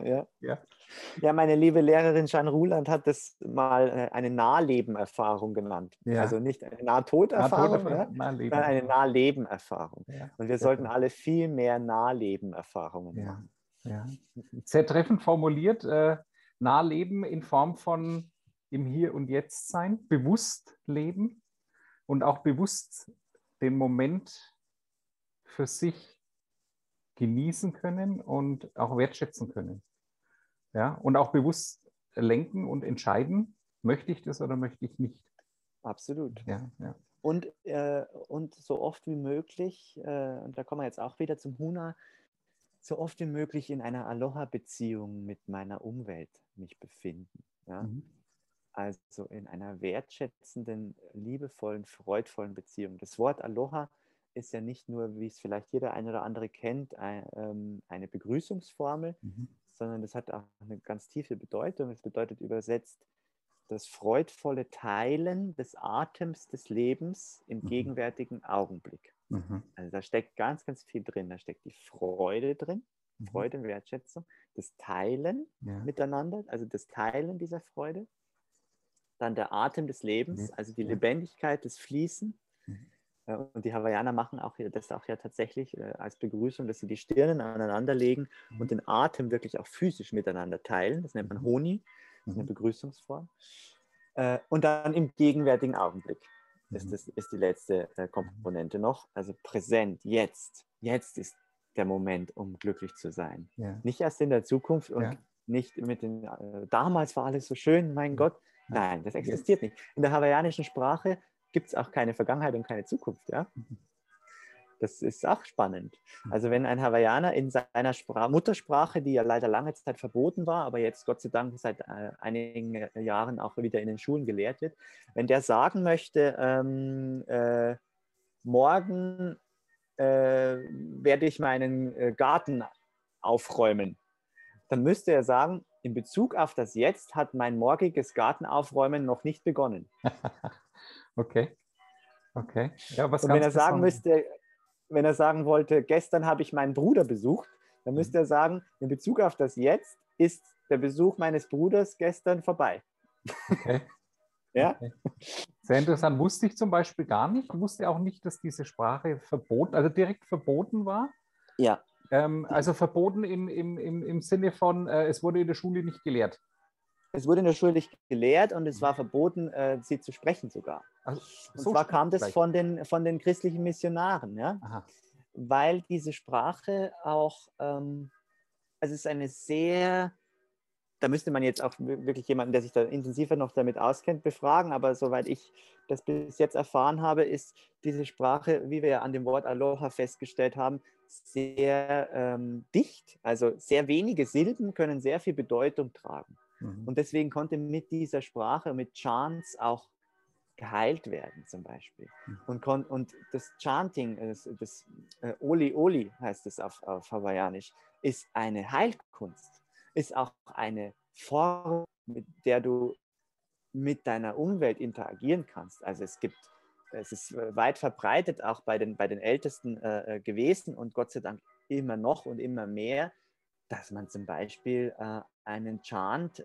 Ja, meine liebe Lehrerin Jeanne Ruland hat das mal eine Nahlebenerfahrung genannt. Ja. Also nicht eine Nahtoderfahrung, sondern eine Nahlebenerfahrung. Ja. Und wir sollten alle viel mehr Nahlebenerfahrungen machen. Ja. Sehr treffend formuliert, Nahleben in Form von im Hier und Jetzt sein, bewusst leben und auch bewusst den Moment für sich genießen können und auch wertschätzen können. Ja, und auch bewusst lenken und entscheiden, möchte ich das oder möchte ich nicht. Absolut. Ja. Und so oft wie möglich, und da kommen wir jetzt auch wieder zum Huna, so oft wie möglich in einer Aloha-Beziehung mit meiner Umwelt mich befinden. Ja? Also in einer wertschätzenden, liebevollen, freudvollen Beziehung. Das Wort Aloha ist ja nicht nur, wie es vielleicht jeder eine oder andere kennt, eine Begrüßungsformel, sondern das hat auch eine ganz tiefe Bedeutung. Es bedeutet übersetzt das freudvolle Teilen des Atems des Lebens im gegenwärtigen Augenblick. Also da steckt ganz, ganz viel drin. Da steckt die Freude drin, Freude, Wertschätzung, das Teilen miteinander, also das Teilen dieser Freude. Dann der Atem des Lebens, also die Lebendigkeit, das Fließen. Und die Hawaiianer machen das auch ja tatsächlich als Begrüßung, dass sie die Stirnen aneinander legen und den Atem wirklich auch physisch miteinander teilen. Das nennt man Honi, das ist eine Begrüßungsform. Und dann im gegenwärtigen Augenblick ist die letzte Komponente noch. Also präsent, jetzt. Jetzt ist der Moment, um glücklich zu sein. Ja. Nicht erst in der Zukunft und nicht mit den, damals war alles so schön, mein Gott. Nein, das existiert nicht. In der hawaiianischen Sprache gibt es auch keine Vergangenheit und keine Zukunft. Ja? Das ist auch spannend. Also wenn ein Hawaiianer in seiner Muttersprache, die ja leider lange Zeit verboten war, aber jetzt Gott sei Dank seit einigen Jahren auch wieder in den Schulen gelehrt wird, wenn der sagen möchte, morgen werde ich meinen Garten aufräumen. Dann müsste er sagen, in Bezug auf das Jetzt hat mein morgiges Gartenaufräumen noch nicht begonnen. Okay. Okay. Ja, was Und wenn ganz er sagen Besonderes. müsste, wenn er sagen wollte, gestern habe ich meinen Bruder besucht, dann müsste er sagen, in Bezug auf das Jetzt ist der Besuch meines Bruders gestern vorbei. Okay. Ja? Okay. Sehr interessant. Wusste ich zum Beispiel gar nicht. Ich wusste auch nicht, dass diese Sprache verboten, also direkt verboten war. Ja. Also verboten im Sinne von, es wurde in der Schule nicht gelehrt. Es wurde in der Schule nicht gelehrt und es war verboten, sie zu sprechen sogar. Also, Und so zwar kam das gleich. von den christlichen Missionaren, ja? Aha. Weil diese Sprache auch, also es ist eine sehr, da müsste man jetzt auch wirklich jemanden, der sich da intensiver noch damit auskennt, befragen, aber soweit ich das bis jetzt erfahren habe, ist diese Sprache, wie wir ja an dem Wort Aloha festgestellt haben, sehr dicht. Also sehr wenige Silben können sehr viel Bedeutung tragen. Mhm. Und deswegen konnte mit dieser Sprache, mit Chants auch geheilt werden zum Beispiel. Und das Chanting, das Oli Oli heißt es auf Hawaiianisch, ist eine Heilkunst, ist auch eine Form, mit der du mit deiner Umwelt interagieren kannst. Also es ist weit verbreitet auch bei den Ältesten gewesen und Gott sei Dank immer noch und immer mehr, dass man zum Beispiel einen Chant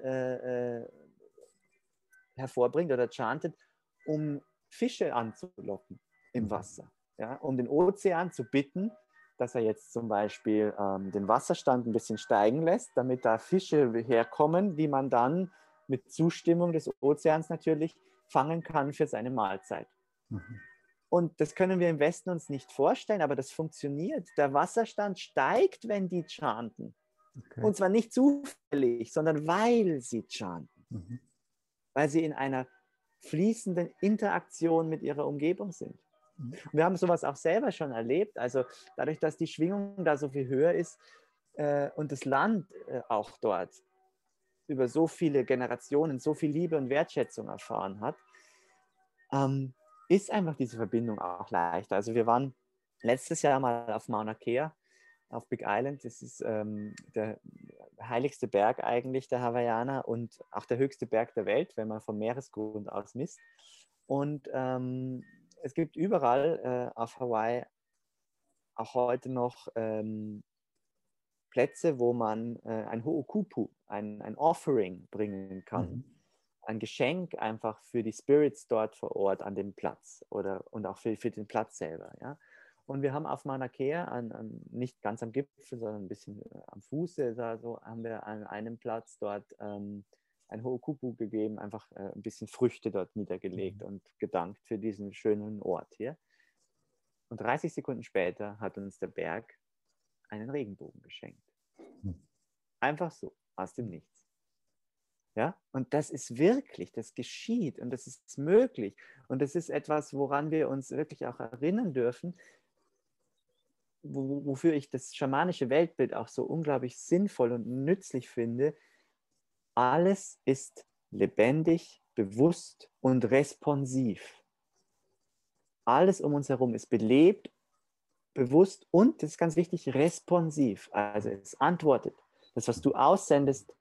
hervorbringt oder chantet, um Fische anzulocken im Wasser. Ja? Um den Ozean zu bitten, dass er jetzt zum Beispiel den Wasserstand ein bisschen steigen lässt, damit da Fische herkommen, die man dann mit Zustimmung des Ozeans natürlich fangen kann für seine Mahlzeit. Mhm. Und das können wir im Westen uns nicht vorstellen, aber das funktioniert. Der Wasserstand steigt, wenn die chanten. Okay. Und zwar nicht zufällig, sondern weil sie chanten. Mhm. Weil sie in einer fließenden Interaktion mit ihrer Umgebung sind. Und wir haben sowas auch selber schon erlebt. Also dadurch, dass die Schwingung da so viel höher ist und das Land auch dort über so viele Generationen so viel Liebe und Wertschätzung erfahren hat, ist einfach diese Verbindung auch leichter. Also wir waren letztes Jahr mal auf Mauna Kea, auf Big Island. Das ist der heiligste Berg eigentlich der Hawaiianer und auch der höchste Berg der Welt, wenn man vom Meeresgrund aus misst. Und es gibt überall auf Hawaii auch heute noch Plätze, wo man ein Ho'okupu, ein Offering bringen kann. Mhm. Ein Geschenk einfach für die Spirits dort vor Ort an dem Platz und auch für den Platz selber. Ja? Und wir haben auf Mauna Kea, nicht ganz am Gipfel, sondern ein bisschen am Fuße, so, haben wir an einem Platz dort ein Ho'okupu gegeben, einfach ein bisschen Früchte dort niedergelegt und gedankt für diesen schönen Ort hier. Und 30 Sekunden später hat uns der Berg einen Regenbogen geschenkt. Einfach so, aus dem Nichts. Ja? Und das ist wirklich, das geschieht und das ist möglich. Und das ist etwas, woran wir uns wirklich auch erinnern dürfen, wofür ich das schamanische Weltbild auch so unglaublich sinnvoll und nützlich finde. Alles ist lebendig, bewusst und responsiv. Alles um uns herum ist belebt, bewusst und, das ist ganz wichtig, responsiv. Also es antwortet. Das, was du aussendest,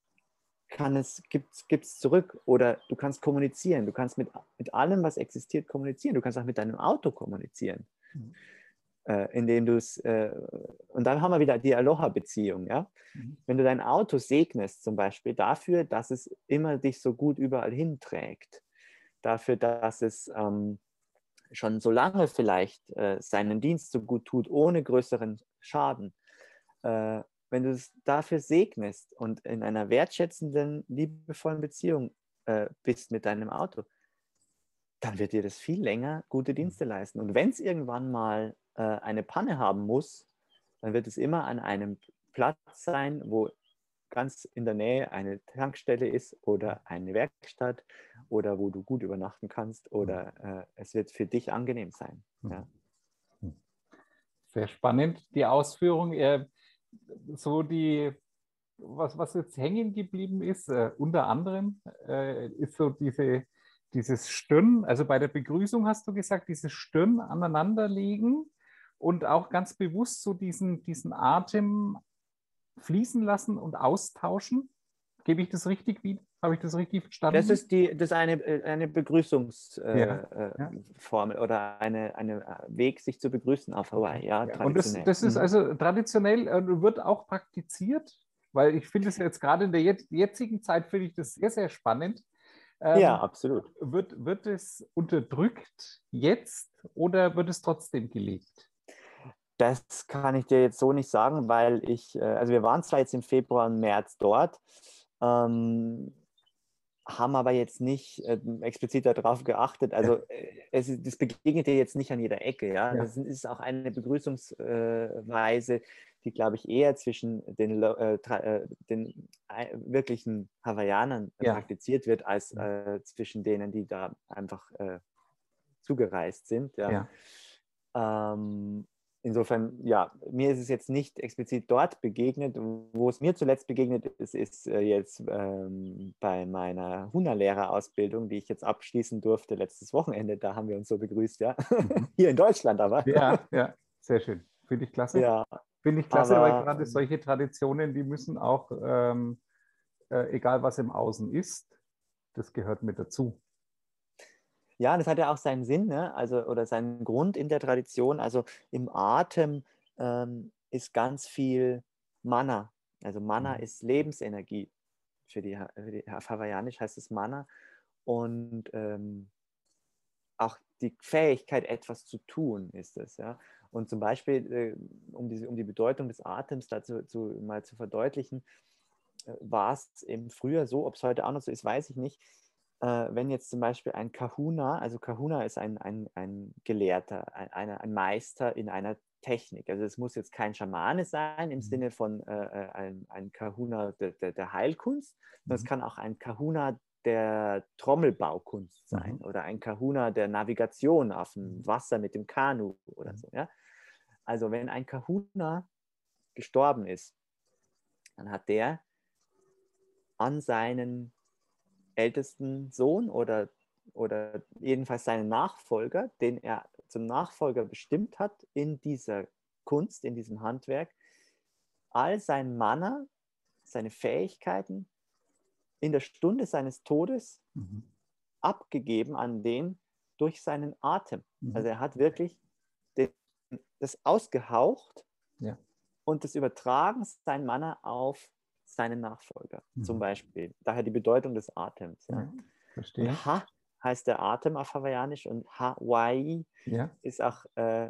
gibt es zurück oder du kannst kommunizieren. Du kannst mit allem, was existiert, kommunizieren. Du kannst auch mit deinem Auto kommunizieren. Indem du es, und dann haben wir wieder die Aloha-Beziehung, ja? Wenn du dein Auto segnest zum Beispiel dafür, dass es immer dich so gut überall hinträgt, dafür, dass es schon so lange vielleicht seinen Dienst so gut tut, ohne größeren Schaden, wenn du es dafür segnest und in einer wertschätzenden, liebevollen Beziehung bist mit deinem Auto, dann wird dir das viel länger gute Dienste leisten. Und wenn es irgendwann mal eine Panne haben muss, dann wird es immer an einem Platz sein, wo ganz in der Nähe eine Tankstelle ist oder eine Werkstatt oder wo du gut übernachten kannst oder es wird für dich angenehm sein. Ja. Sehr spannend, die Ausführung. So was jetzt hängen geblieben ist, unter anderem, ist so dieses Stirn, also bei der Begrüßung hast du gesagt, dieses Stirn aneinanderlegen und auch ganz bewusst so diesen Atem fließen lassen und austauschen. Gebe ich das richtig wieder? Habe ich das richtig verstanden? Das ist eine Ja, ja. Begrüßungsformel oder ein Weg, sich zu begrüßen auf Hawaii, ja, Ja, und traditionell. das ist also traditionell, wird auch praktiziert, weil ich finde es jetzt gerade in der jetzigen Zeit, finde ich das sehr, sehr spannend. Ja, Ähm, absolut. wird es unterdrückt jetzt oder wird es trotzdem gelebt? Das kann ich dir jetzt so nicht sagen, weil also wir waren zwar jetzt im Februar und März dort, haben aber jetzt nicht explizit darauf geachtet. Also das begegnet dir jetzt nicht an jeder Ecke. Ja? Ja, Das ist auch eine Begrüßungsweise, die, glaube ich, eher zwischen den wirklichen Hawaiianern ja. praktiziert wird, als zwischen denen, die da einfach zugereist sind. Ja? Ja. Insofern, ja, mir ist es jetzt nicht explizit dort begegnet. Wo es mir zuletzt begegnet ist, ist jetzt bei meiner Huna-Lehrerausbildung, die ich jetzt abschließen durfte letztes Wochenende. Da haben wir uns so begrüßt, ja. Mhm. Hier in Deutschland aber. Ja, ja, sehr schön. Finde ich klasse. Ja, Finde ich klasse, weil aber gerade solche Traditionen, die müssen auch, egal was im Außen ist, das gehört mit dazu. ja, das hat ja auch seinen Sinn, ne? Also, oder seinen Grund in der Tradition. Also im Atem ist ganz viel Mana. Also Mana Mhm. ist Lebensenergie. Auf Hawaiianisch heißt es Mana. Und auch die Fähigkeit, etwas zu tun, ist es. Ja? Und zum Beispiel, um die Bedeutung des Atems dazu mal zu verdeutlichen, war es im Frühjahr so, ob es heute auch noch so ist, weiß ich nicht. Wenn jetzt zum Beispiel ein Kahuna, also Kahuna ist ein Gelehrter, ein Meister in einer Technik. Also es muss jetzt kein Schamane sein im Mhm. Sinne von ein Kahuna der Heilkunst, sondern es Mhm. kann auch ein Kahuna der Trommelbaukunst sein Mhm. oder ein Kahuna der Navigation auf dem Mhm. Wasser mit dem Kanu oder so. Ja? Also wenn ein Kahuna gestorben ist, dann hat der an seinen ältesten Sohn oder jedenfalls seinen Nachfolger, den er zum Nachfolger bestimmt hat in dieser Kunst, in diesem Handwerk, all sein Mana, seine Fähigkeiten in der Stunde seines Todes Mhm. abgegeben an den durch seinen Atem. Mhm. Also er hat wirklich das ausgehaucht Ja. und das Übertragen sein Mana auf seinen Nachfolger, zum Mhm. Beispiel. Daher die Bedeutung des Atems. Ja. Ja. Verstehe. Und Ha heißt der Atem auf Hawaiianisch und Hawaii Ja. ist auch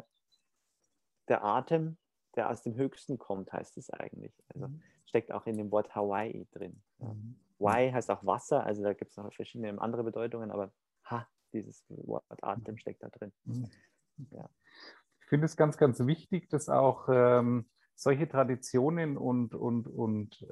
der Atem, der aus dem Höchsten kommt, heißt es eigentlich. Also Mhm. steckt auch in dem Wort Hawaii drin. Ja. Mhm. Wai heißt auch Wasser, also da gibt es noch verschiedene andere Bedeutungen, aber Ha, dieses Wort Atem steckt da drin. Mhm. Ja. Ich finde es ganz, ganz wichtig, dass auch solche Traditionen und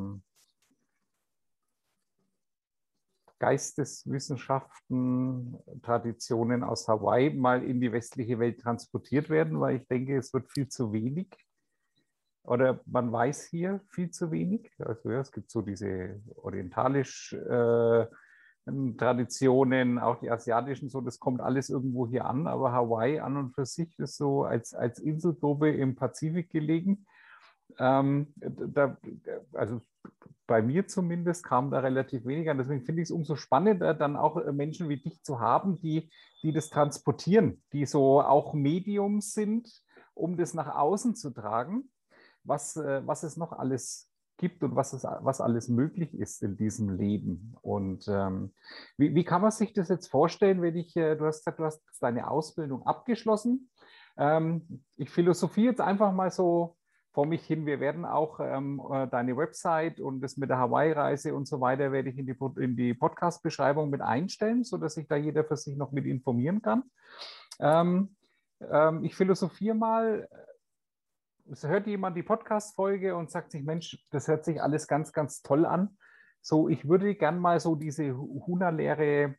Geisteswissenschaften, Traditionen aus Hawaii mal in die westliche Welt transportiert werden, weil ich denke, es wird viel zu wenig oder man weiß hier viel zu wenig. Also ja, es gibt so diese orientalisch Traditionen, auch die asiatischen, so das kommt alles irgendwo hier an, aber Hawaii an und für sich ist so als Inselgruppe im Pazifik gelegen. Also bei mir zumindest kam da relativ wenig an. Deswegen finde ich es umso spannender, dann auch Menschen wie dich zu haben, die das transportieren, die so auch Medium sind, um das nach außen zu tragen, was es noch alles gibt und was alles möglich ist in diesem Leben. Und wie kann man sich das jetzt vorstellen, wenn du hast gesagt, du hast deine Ausbildung abgeschlossen. Ich philosophiere jetzt einfach mal so vor mich hin. Wir werden auch deine Website und das mit der Hawaii-Reise und so weiter werde ich in die Podcast-Beschreibung mit einstellen, sodass sich da jeder für sich noch mit informieren kann. Ähm, ich philosophiere mal, es hört jemand die Podcast-Folge und sagt sich, Mensch, das hört sich alles ganz, ganz toll an. So, ich würde gern mal so diese Huna-Lehre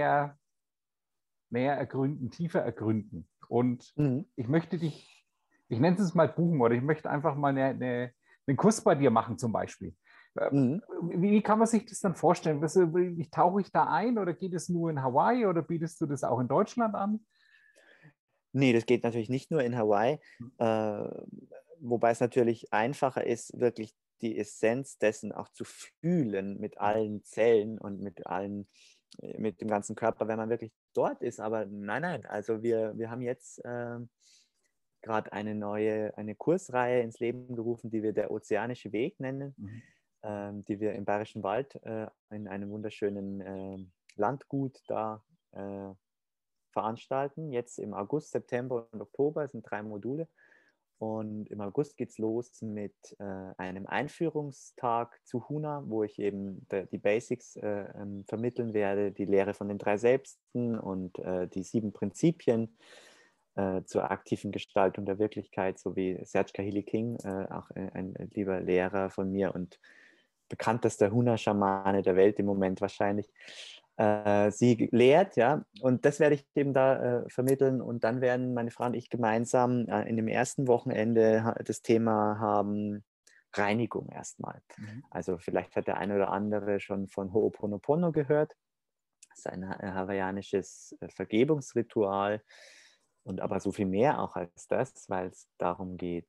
näher ergründen, tiefer ergründen. Und Mhm. ich möchte dich, ich nenne es mal buchen oder ich möchte einfach mal einen Kurs bei dir machen zum Beispiel. Mhm. Wie kann man sich das dann vorstellen? Tauche ich da ein oder geht es nur in Hawaii oder bietest du das auch in Deutschland an? Nee, das geht natürlich nicht nur in Hawaii. Äh, wobei es natürlich einfacher ist, wirklich die Essenz dessen auch zu fühlen mit allen Zellen und mit dem ganzen Körper, wenn man wirklich dort ist. Aber nein, also wir haben jetzt gerade eine Kursreihe ins Leben gerufen, die wir der Ozeanische Weg nennen, die wir im Bayerischen Wald in einem wunderschönen Landgut da veranstalten. Jetzt im August, September und Oktober sind 3 Module. Und im August geht es los mit einem Einführungstag zu Huna, wo ich eben die Basics vermitteln werde, die Lehre von den 3 Selbsten und die 7 Prinzipien zur aktiven Gestaltung der Wirklichkeit, so wie Serge Kahili King, auch ein lieber Lehrer von mir und bekanntester Huna-Schamane der Welt im Moment wahrscheinlich, sie lehrt, ja, und das werde ich eben da vermitteln, und dann werden meine Frau und ich gemeinsam in dem ersten Wochenende das Thema haben, Reinigung erstmal. Also vielleicht hat der eine oder andere schon von Ho'oponopono gehört. Das ist ein hawaiianisches Vergebungsritual, und aber so viel mehr auch als das, weil es darum geht,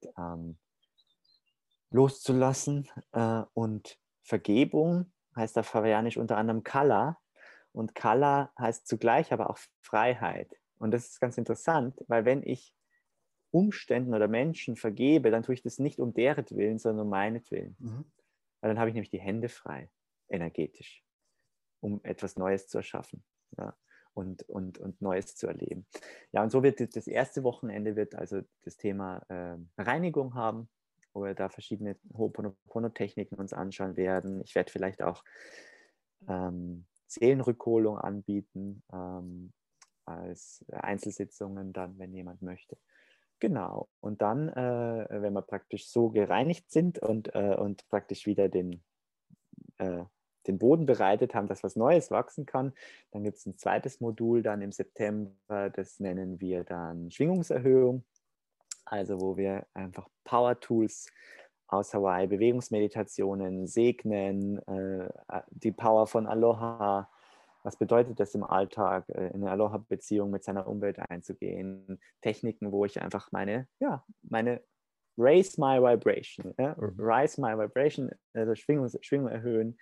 loszulassen, und Vergebung heißt auf Hawaiianisch unter anderem Kala. Und Kala heißt zugleich aber auch Freiheit. Und das ist ganz interessant, weil wenn ich Umständen oder Menschen vergebe, dann tue ich das nicht um deretwillen, sondern um meinetwillen. Weil dann habe ich nämlich die Hände frei, energetisch, um etwas Neues zu erschaffen, ja, und Neues zu erleben. Ja, und so wird das erste Wochenende wird also das Thema Reinigung haben, wo wir da verschiedene Ho'oponopono-Techniken uns anschauen werden. Ich werde vielleicht auch Seelenrückholung anbieten, als Einzelsitzungen dann, wenn jemand möchte. Genau. Und dann, wenn wir praktisch so gereinigt sind und praktisch wieder den Boden bereitet haben, dass was Neues wachsen kann, dann gibt es ein zweites Modul dann im September, das nennen wir dann Schwingungserhöhung, also wo wir einfach Power-Tools aus Hawaii, Bewegungsmeditationen, Segnen, die Power von Aloha. Was bedeutet das im Alltag, in eine Aloha-Beziehung mit seiner Umwelt einzugehen? Techniken, wo ich einfach meine Raise my vibration, rise my vibration, also Schwingung erhöhen.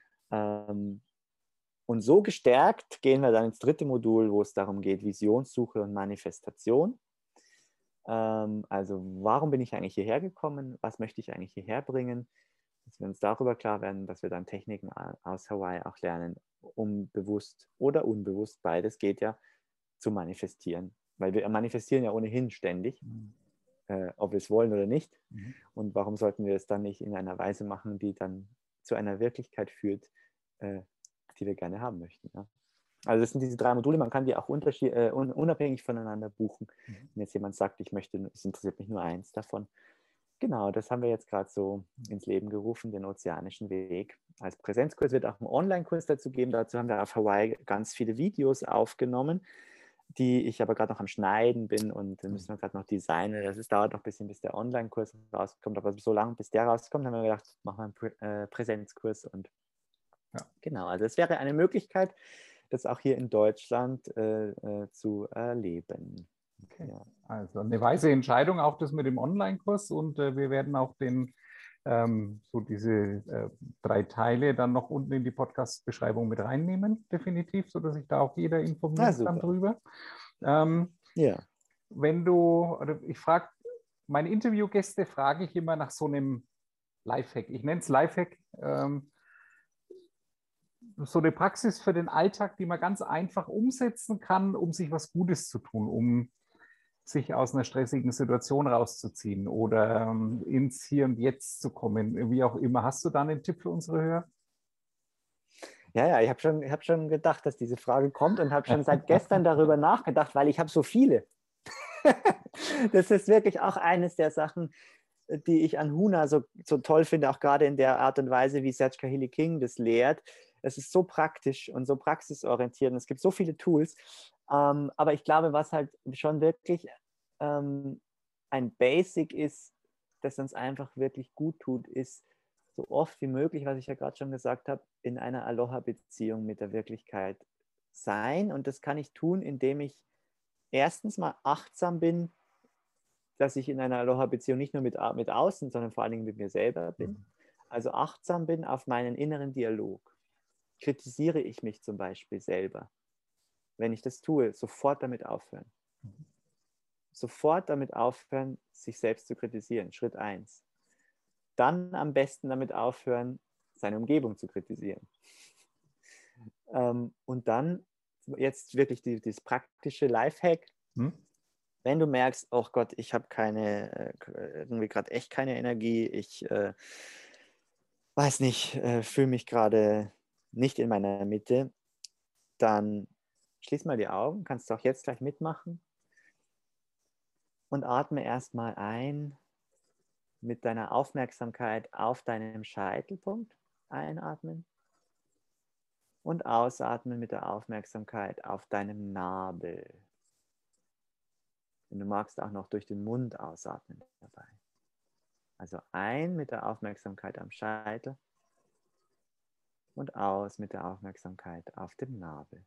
Und so gestärkt gehen wir dann ins dritte Modul, wo es darum geht, Visionssuche und Manifestation. Also warum bin ich eigentlich hierher gekommen? Was möchte ich eigentlich hierher bringen? Dass wir uns darüber klar werden, dass wir dann Techniken aus Hawaii auch lernen, um bewusst oder unbewusst, beides geht ja, zu manifestieren. Weil wir manifestieren ja ohnehin ständig, ob wir es wollen oder nicht. Und warum sollten wir es dann nicht in einer Weise machen, die dann zu einer Wirklichkeit führt, die wir gerne haben möchten. Ja? Also das sind diese 3 Module, man kann die auch unabhängig voneinander buchen. Wenn jetzt jemand sagt, es interessiert mich nur eins davon. Genau, das haben wir jetzt gerade so ins Leben gerufen, den Ozeanischen Weg. Als Präsenzkurs wird auch ein Online-Kurs dazu geben. Dazu haben wir auf Hawaii ganz viele Videos aufgenommen, die ich aber gerade noch am Schneiden bin, und müssen wir gerade noch designen. Das dauert noch ein bisschen, bis der Online-Kurs rauskommt, aber so lange, bis der rauskommt, haben wir gedacht, machen wir einen Präsenzkurs. Und ja. Genau, also es wäre eine Möglichkeit, das auch hier in Deutschland zu erleben. Okay. Ja. Also eine weise Entscheidung, auch das mit dem Online-Kurs, und wir werden auch so diese 3 Teile dann noch unten in die Podcast-Beschreibung mit reinnehmen, definitiv, sodass sich da auch jeder informieren kann drüber. Ja. Ich frage, meine Interviewgäste frage ich immer nach so einem Lifehack. Ich nenne es Lifehack. So eine Praxis für den Alltag, die man ganz einfach umsetzen kann, um sich was Gutes zu tun, um sich aus einer stressigen Situation rauszuziehen oder ins Hier und Jetzt zu kommen, wie auch immer. Hast du da einen Tipp für unsere Hörer? Ja, ich habe schon gedacht, dass diese Frage kommt, und habe schon seit gestern darüber nachgedacht, weil ich habe so viele. Das ist wirklich auch eines der Sachen, die ich an Huna so toll finde, auch gerade in der Art und Weise, wie Serge Kahili King das lehrt. Es ist so praktisch und so praxisorientiert, und es gibt so viele Tools. Aber ich glaube, was halt schon wirklich ein Basic ist, das uns einfach wirklich gut tut, ist so oft wie möglich, was ich ja gerade schon gesagt habe, in einer Aloha-Beziehung mit der Wirklichkeit sein. Und das kann ich tun, indem ich erstens mal achtsam bin dass ich in einer Aloha-Beziehung nicht nur mit außen, sondern vor allen Dingen mit mir selber bin. Also achtsam bin auf meinen inneren Dialog. Kritisiere ich mich zum Beispiel selber? Wenn ich das tue, sofort damit aufhören. Sofort damit aufhören, sich selbst zu kritisieren. Schritt 1. Dann am besten damit aufhören, seine Umgebung zu kritisieren. Und dann jetzt wirklich dieses praktische Lifehack. Wenn du merkst, oh Gott, ich habe irgendwie gerade echt keine Energie, ich weiß nicht, fühle mich gerade nicht in meiner Mitte, dann schließ mal die Augen, kannst du auch jetzt gleich mitmachen und atme erstmal ein mit deiner Aufmerksamkeit auf deinem Scheitelpunkt, einatmen und ausatmen mit der Aufmerksamkeit auf deinem Nabel. Und du magst auch noch durch den Mund ausatmen dabei. Also ein mit der Aufmerksamkeit am Scheitel und aus mit der Aufmerksamkeit auf dem Nabel.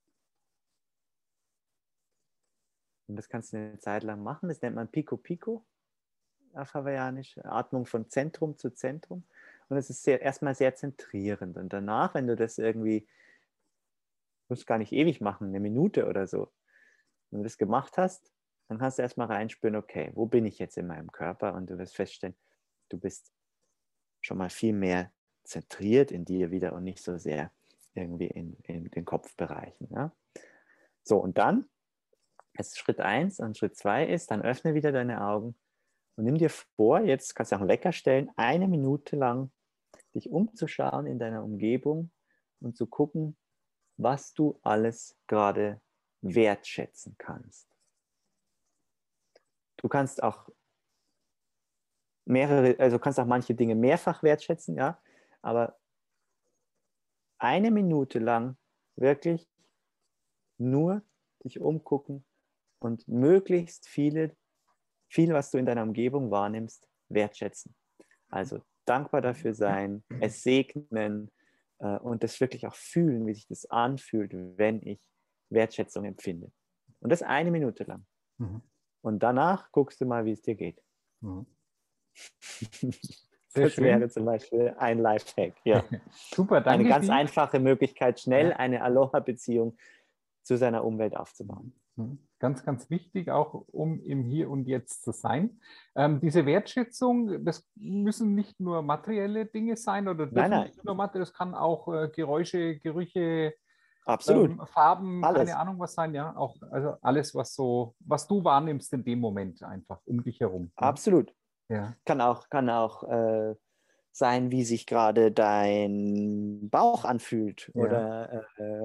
Und das kannst du eine Zeit lang machen. Das nennt man Pico Pico auf Hawaiianisch. Atmung von Zentrum zu Zentrum. Und es ist erstmal sehr zentrierend. Und danach, wenn du das irgendwie, musst gar nicht ewig machen, eine Minute oder so, wenn du das gemacht hast, dann kannst du erstmal reinspüren, okay, wo bin ich jetzt in meinem Körper? Und du wirst feststellen, du bist schon mal viel mehr zentriert in dir wieder und nicht so sehr irgendwie in den Kopfbereichen. Ja? So, und dann, jetzt Schritt 1 und Schritt 2 ist, dann öffne wieder deine Augen und nimm dir vor, jetzt kannst du auch einen Wecker stellen, 1 Minute lang dich umzuschauen in deiner Umgebung und zu gucken, was du alles gerade wertschätzen kannst. Du kannst auch kannst auch manche Dinge mehrfach wertschätzen, ja, aber 1 Minute lang wirklich nur dich umgucken und möglichst viel, was du in deiner Umgebung wahrnimmst, wertschätzen. Also dankbar dafür sein, es segnen und das wirklich auch fühlen, wie sich das anfühlt, wenn ich Wertschätzung empfinde. Und das 1 Minute lang. Und danach guckst du mal, wie es dir geht. Das wäre zum Beispiel ein Lifehack. Ja. Super, danke. Eine ganz einfache Möglichkeit, schnell eine Aloha-Beziehung zu seiner Umwelt aufzubauen. Ganz, ganz wichtig, auch um im Hier und Jetzt zu sein. Diese Wertschätzung, das müssen nicht nur materielle Dinge sein oder dürfen nicht nur materielle, das kann auch Geräusche, Gerüche, absolut. Farben, alles. Keine Ahnung was sein, ja. Auch, also alles, was du wahrnimmst in dem Moment einfach um dich herum. Absolut. Ja. Kann auch sein, wie sich gerade dein Bauch anfühlt oder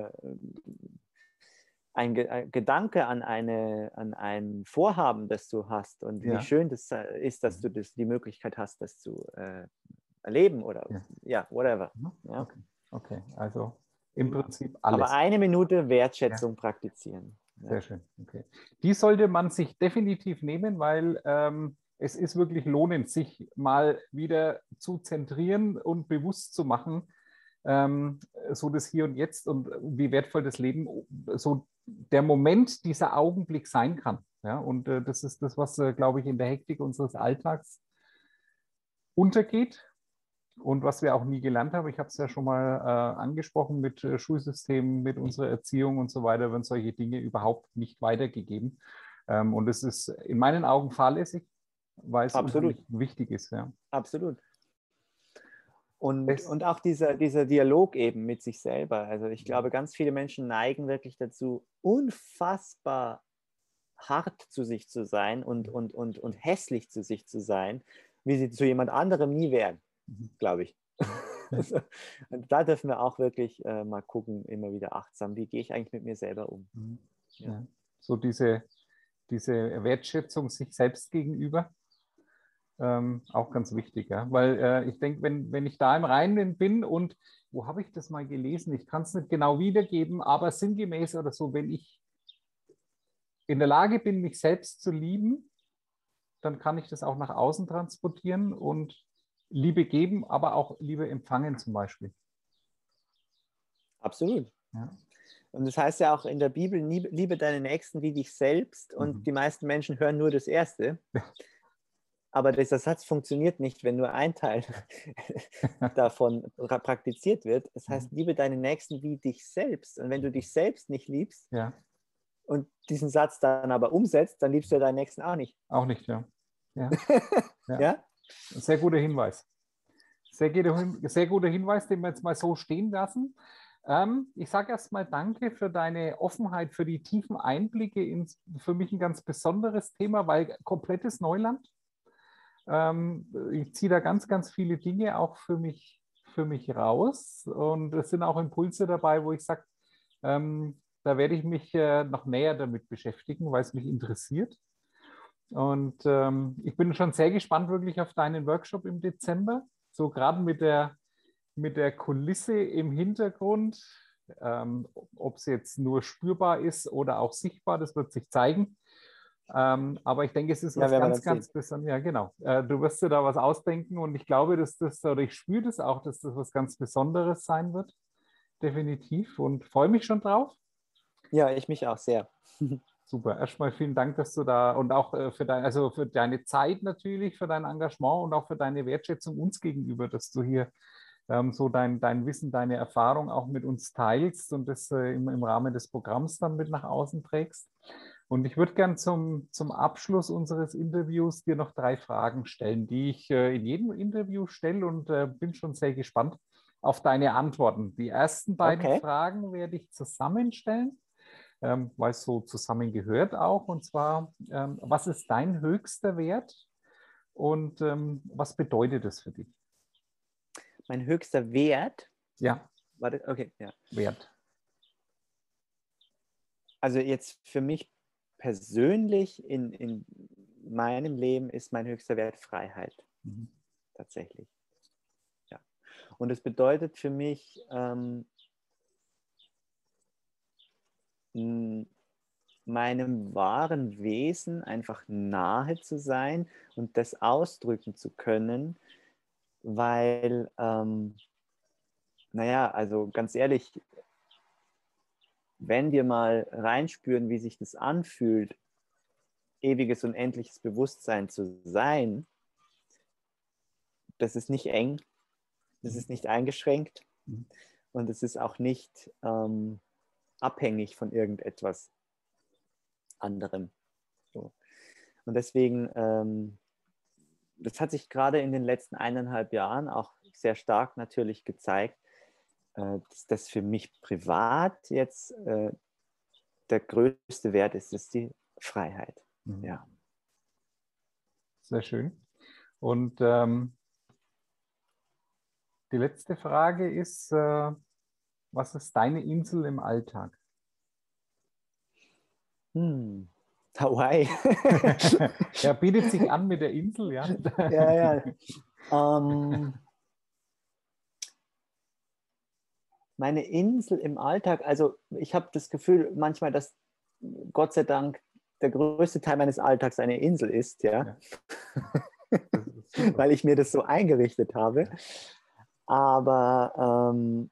ein Gedanke an ein Vorhaben, das du hast und wie schön das ist, dass du die Möglichkeit hast, das zu erleben oder whatever. Ja. Okay, also im Prinzip alles. Aber 1 Minute Wertschätzung praktizieren. Sehr schön, okay. Die sollte man sich definitiv nehmen, weil es ist wirklich lohnend, sich mal wieder zu zentrieren und bewusst zu machen, so das Hier und Jetzt und wie wertvoll das Leben, so der Moment, dieser Augenblick sein kann. Ja? Und das ist das, was, glaube ich, in der Hektik unseres Alltags untergeht und was wir auch nie gelernt haben. Ich habe es ja schon mal angesprochen mit Schulsystemen, mit unserer Erziehung und so weiter, werden solche Dinge überhaupt nicht weitergegeben. Und es ist in meinen Augen fahrlässig, weil es unheimlich wichtig ist. Ja. Absolut. Und auch dieser Dialog eben mit sich selber. Also ich glaube, ganz viele Menschen neigen wirklich dazu, unfassbar hart zu sich zu sein und hässlich zu sich zu sein, wie sie zu jemand anderem nie wären, glaube ich. Und da dürfen wir auch wirklich mal gucken, immer wieder achtsam, wie gehe ich eigentlich mit mir selber um. Ja. So diese Wertschätzung sich selbst gegenüber. Auch ganz wichtig, ja? Weil ich denke, wenn ich da im Reinen bin und wo habe ich das mal gelesen? Ich kann es nicht genau wiedergeben, aber sinngemäß oder so, wenn ich in der Lage bin, mich selbst zu lieben, dann kann ich das auch nach außen transportieren und Liebe geben, aber auch Liebe empfangen zum Beispiel. Absolut. Ja. Und das heißt ja auch in der Bibel, liebe deine Nächsten wie dich selbst. Und die meisten Menschen hören nur das Erste. Aber dieser Satz funktioniert nicht, wenn nur ein Teil davon praktiziert wird. Das heißt, liebe deine Nächsten wie dich selbst. Und wenn du dich selbst nicht liebst Ja, und diesen Satz dann aber umsetzt, dann liebst du deinen Nächsten auch nicht. auch nicht, ja. Ja, ja. Ja? Sehr guter Hinweis. Sehr guter Hinweis, den wir jetzt mal so stehen lassen. Ich sage erstmal danke für deine Offenheit, für die tiefen Einblicke in für mich ein ganz besonderes Thema, weil komplettes Neuland. Ich ziehe da ganz, ganz viele Dinge auch für mich raus. Und es sind auch Impulse dabei, wo ich sage, da werde ich mich noch näher damit beschäftigen, weil es mich interessiert. Und ich bin schon sehr gespannt wirklich auf deinen Workshop im Dezember. So gerade mit der Kulisse im Hintergrund, ob es jetzt nur spürbar ist oder auch sichtbar, das wird sich zeigen. Aber ich denke, es ist Ja, was werden wir ganz, dann sehen. ganz Besonderes. Ja, genau. Du wirst dir da was ausdenken und ich glaube, dass das, oder ich spüre das auch, dass das was ganz Besonderes sein wird. Definitiv. Und freue mich schon drauf. Ja, ich mich auch sehr. Super. Erstmal vielen Dank, dass du da und auch also für deine Zeit natürlich, für dein Engagement und auch für deine Wertschätzung uns gegenüber, dass du hier so dein Wissen, deine Erfahrung auch mit uns teilst und das im Rahmen des Programms dann mit nach außen trägst. Und ich würde gern zum Abschluss unseres Interviews dir noch 3 Fragen stellen, die ich in jedem Interview stelle und bin schon sehr gespannt auf deine Antworten. Die ersten beiden Okay. Fragen werde ich zusammenstellen, weil es so zusammengehört auch. Und zwar, was ist dein höchster Wert und was bedeutet es für dich? Mein höchster Wert, Ja, warte, okay, ja. Wert. Also jetzt für mich persönlich in meinem Leben ist mein höchster Wert Freiheit. Mhm. Tatsächlich. Ja. Und es bedeutet für mich, meinem wahren Wesen einfach nahe zu sein und das ausdrücken zu können, weil, naja, also ganz ehrlich, wenn wir mal reinspüren, wie sich das anfühlt, ewiges, unendliches Bewusstsein zu sein, das ist nicht eng, das ist nicht eingeschränkt und es ist auch nicht abhängig von irgendetwas anderem. So. Und deswegen, das hat sich gerade in den letzten 1,5 Jahren auch sehr stark natürlich gezeigt, dass das für mich privat jetzt der größte Wert ist die Freiheit. Mhm. Ja. Sehr schön. Und die letzte Frage ist, was ist deine Insel im Alltag? Hawaii. Ja, bietet sich an mit der Insel, ja. Ja, ja. Meine Insel im Alltag, also ich habe das Gefühl manchmal, dass Gott sei Dank der größte Teil meines Alltags eine Insel ist, ja. Weil ich mir das so eingerichtet habe. Aber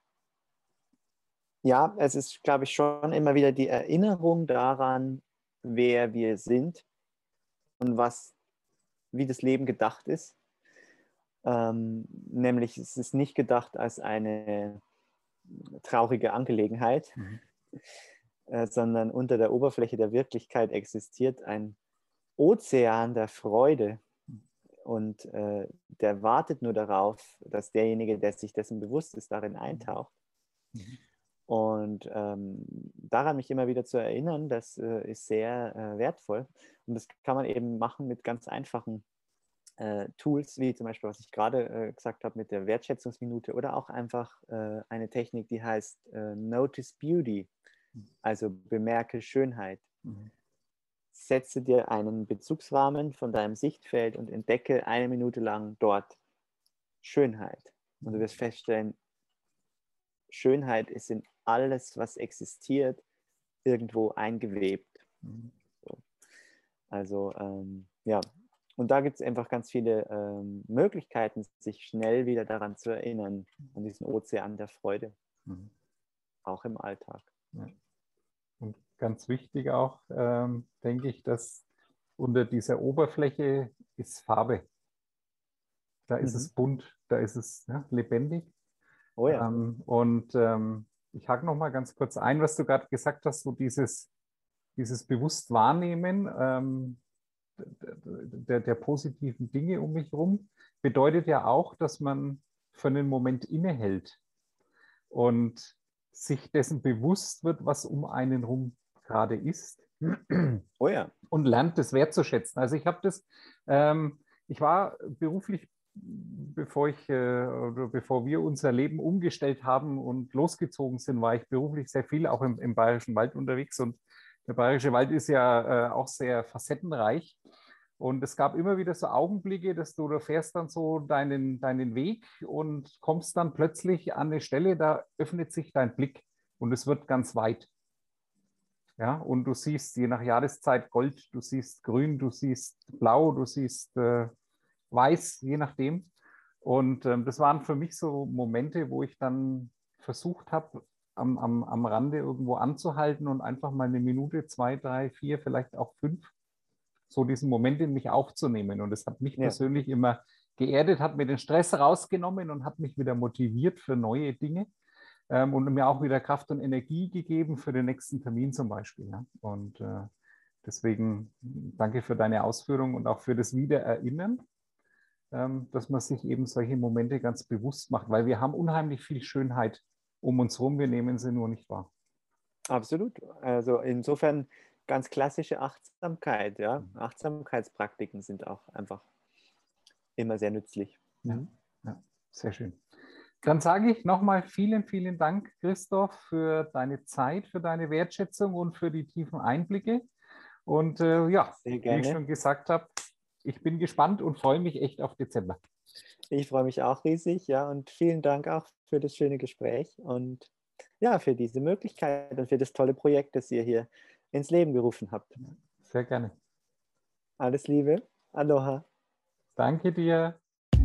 ja, es ist, glaube ich, schon immer wieder die Erinnerung daran, wer wir sind und wie das Leben gedacht ist. Nämlich, es ist nicht gedacht als eine traurige Angelegenheit, sondern unter der Oberfläche der Wirklichkeit existiert ein Ozean der Freude und der wartet nur darauf, dass derjenige, der sich dessen bewusst ist, darin eintaucht. Und daran mich immer wieder zu erinnern, das ist sehr wertvoll. Und das kann man eben machen mit ganz einfachen Tools, wie zum Beispiel, was ich gerade gesagt habe mit der Wertschätzungsminute oder auch einfach eine Technik, die heißt Notice Beauty, also bemerke Schönheit. Setze dir einen Bezugsrahmen von deinem Sichtfeld und entdecke 1 Minute lang dort Schönheit. Und du wirst feststellen, Schönheit ist in alles, was existiert, irgendwo eingewebt. So. Also ja, und da gibt es einfach ganz viele Möglichkeiten, sich schnell wieder daran zu erinnern, an diesen Ozean der Freude, auch im Alltag. Ja. ganz wichtig auch, denke ich, dass unter dieser Oberfläche ist Farbe. Da ist es bunt, da ist es lebendig. Oh ja. Ich hake noch mal ganz kurz ein, was du gerade gesagt hast, so dieses Bewusstwahrnehmen der positiven Dinge um mich herum, bedeutet ja auch, dass man für einen Moment innehält und sich dessen bewusst wird, was um einen herum gerade ist. Oh ja. Und lernt das wertzuschätzen. Also ich habe ich war beruflich, bevor wir unser Leben umgestellt haben und losgezogen sind, war ich beruflich sehr viel auch im Bayerischen Wald unterwegs. Und der Bayerische Wald ist ja auch sehr facettenreich. Und es gab immer wieder so Augenblicke, dass du fährst dann so deinen Weg und kommst dann plötzlich an eine Stelle, da öffnet sich dein Blick und es wird ganz weit. Ja, und du siehst je nach Jahreszeit Gold, du siehst Grün, du siehst Blau, du siehst Weiß, je nachdem. Und das waren für mich so Momente, wo ich dann versucht habe, am Rande irgendwo anzuhalten und einfach mal eine Minute, 2, 3, 4, vielleicht auch 5, so diesen Moment in mich aufzunehmen. Und das hat mich persönlich immer geerdet, hat mir den Stress rausgenommen und hat mich wieder motiviert für neue Dinge. Und mir auch wieder Kraft und Energie gegeben für den nächsten Termin zum Beispiel. Ja? Und deswegen danke für deine Ausführung und auch für das Wiedererinnern, dass man sich eben solche Momente ganz bewusst macht, weil wir haben unheimlich viel Schönheit um uns herum, wir nehmen sie nur nicht wahr. Absolut. Also insofern ganz klassische Achtsamkeit. Ja? Achtsamkeitspraktiken sind auch einfach immer sehr nützlich. Ja, sehr schön. Dann sage ich nochmal vielen, vielen Dank, Christoph, für deine Zeit, für deine Wertschätzung und für die tiefen Einblicke. Und wie ich schon gesagt habe, ich bin gespannt und freue mich echt auf Dezember. Ich freue mich auch riesig, ja, und vielen Dank auch für das schöne Gespräch und ja, für diese Möglichkeit und für das tolle Projekt, das ihr hier ins Leben gerufen habt. Sehr gerne. Alles Liebe. Aloha. Danke dir.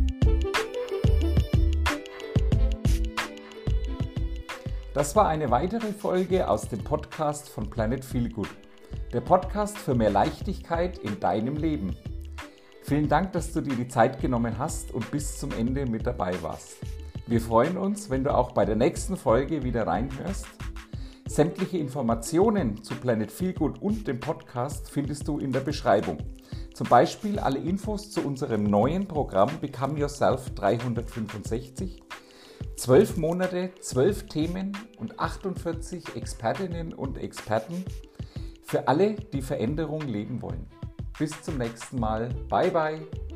Das war eine weitere Folge aus dem Podcast von Planet Feel Good, der Podcast für mehr Leichtigkeit in deinem Leben. Vielen Dank, dass du dir die Zeit genommen hast und bis zum Ende mit dabei warst. Wir freuen uns, wenn du auch bei der nächsten Folge wieder reinhörst. Sämtliche Informationen zu Planet Feel Good und dem Podcast findest du in der Beschreibung. Zum Beispiel alle Infos zu unserem neuen Programm Become Yourself 365. 12 Monate, 12 Themen und 48 Expertinnen und Experten für alle, die Veränderung leben wollen. Bis zum nächsten Mal. Bye, bye.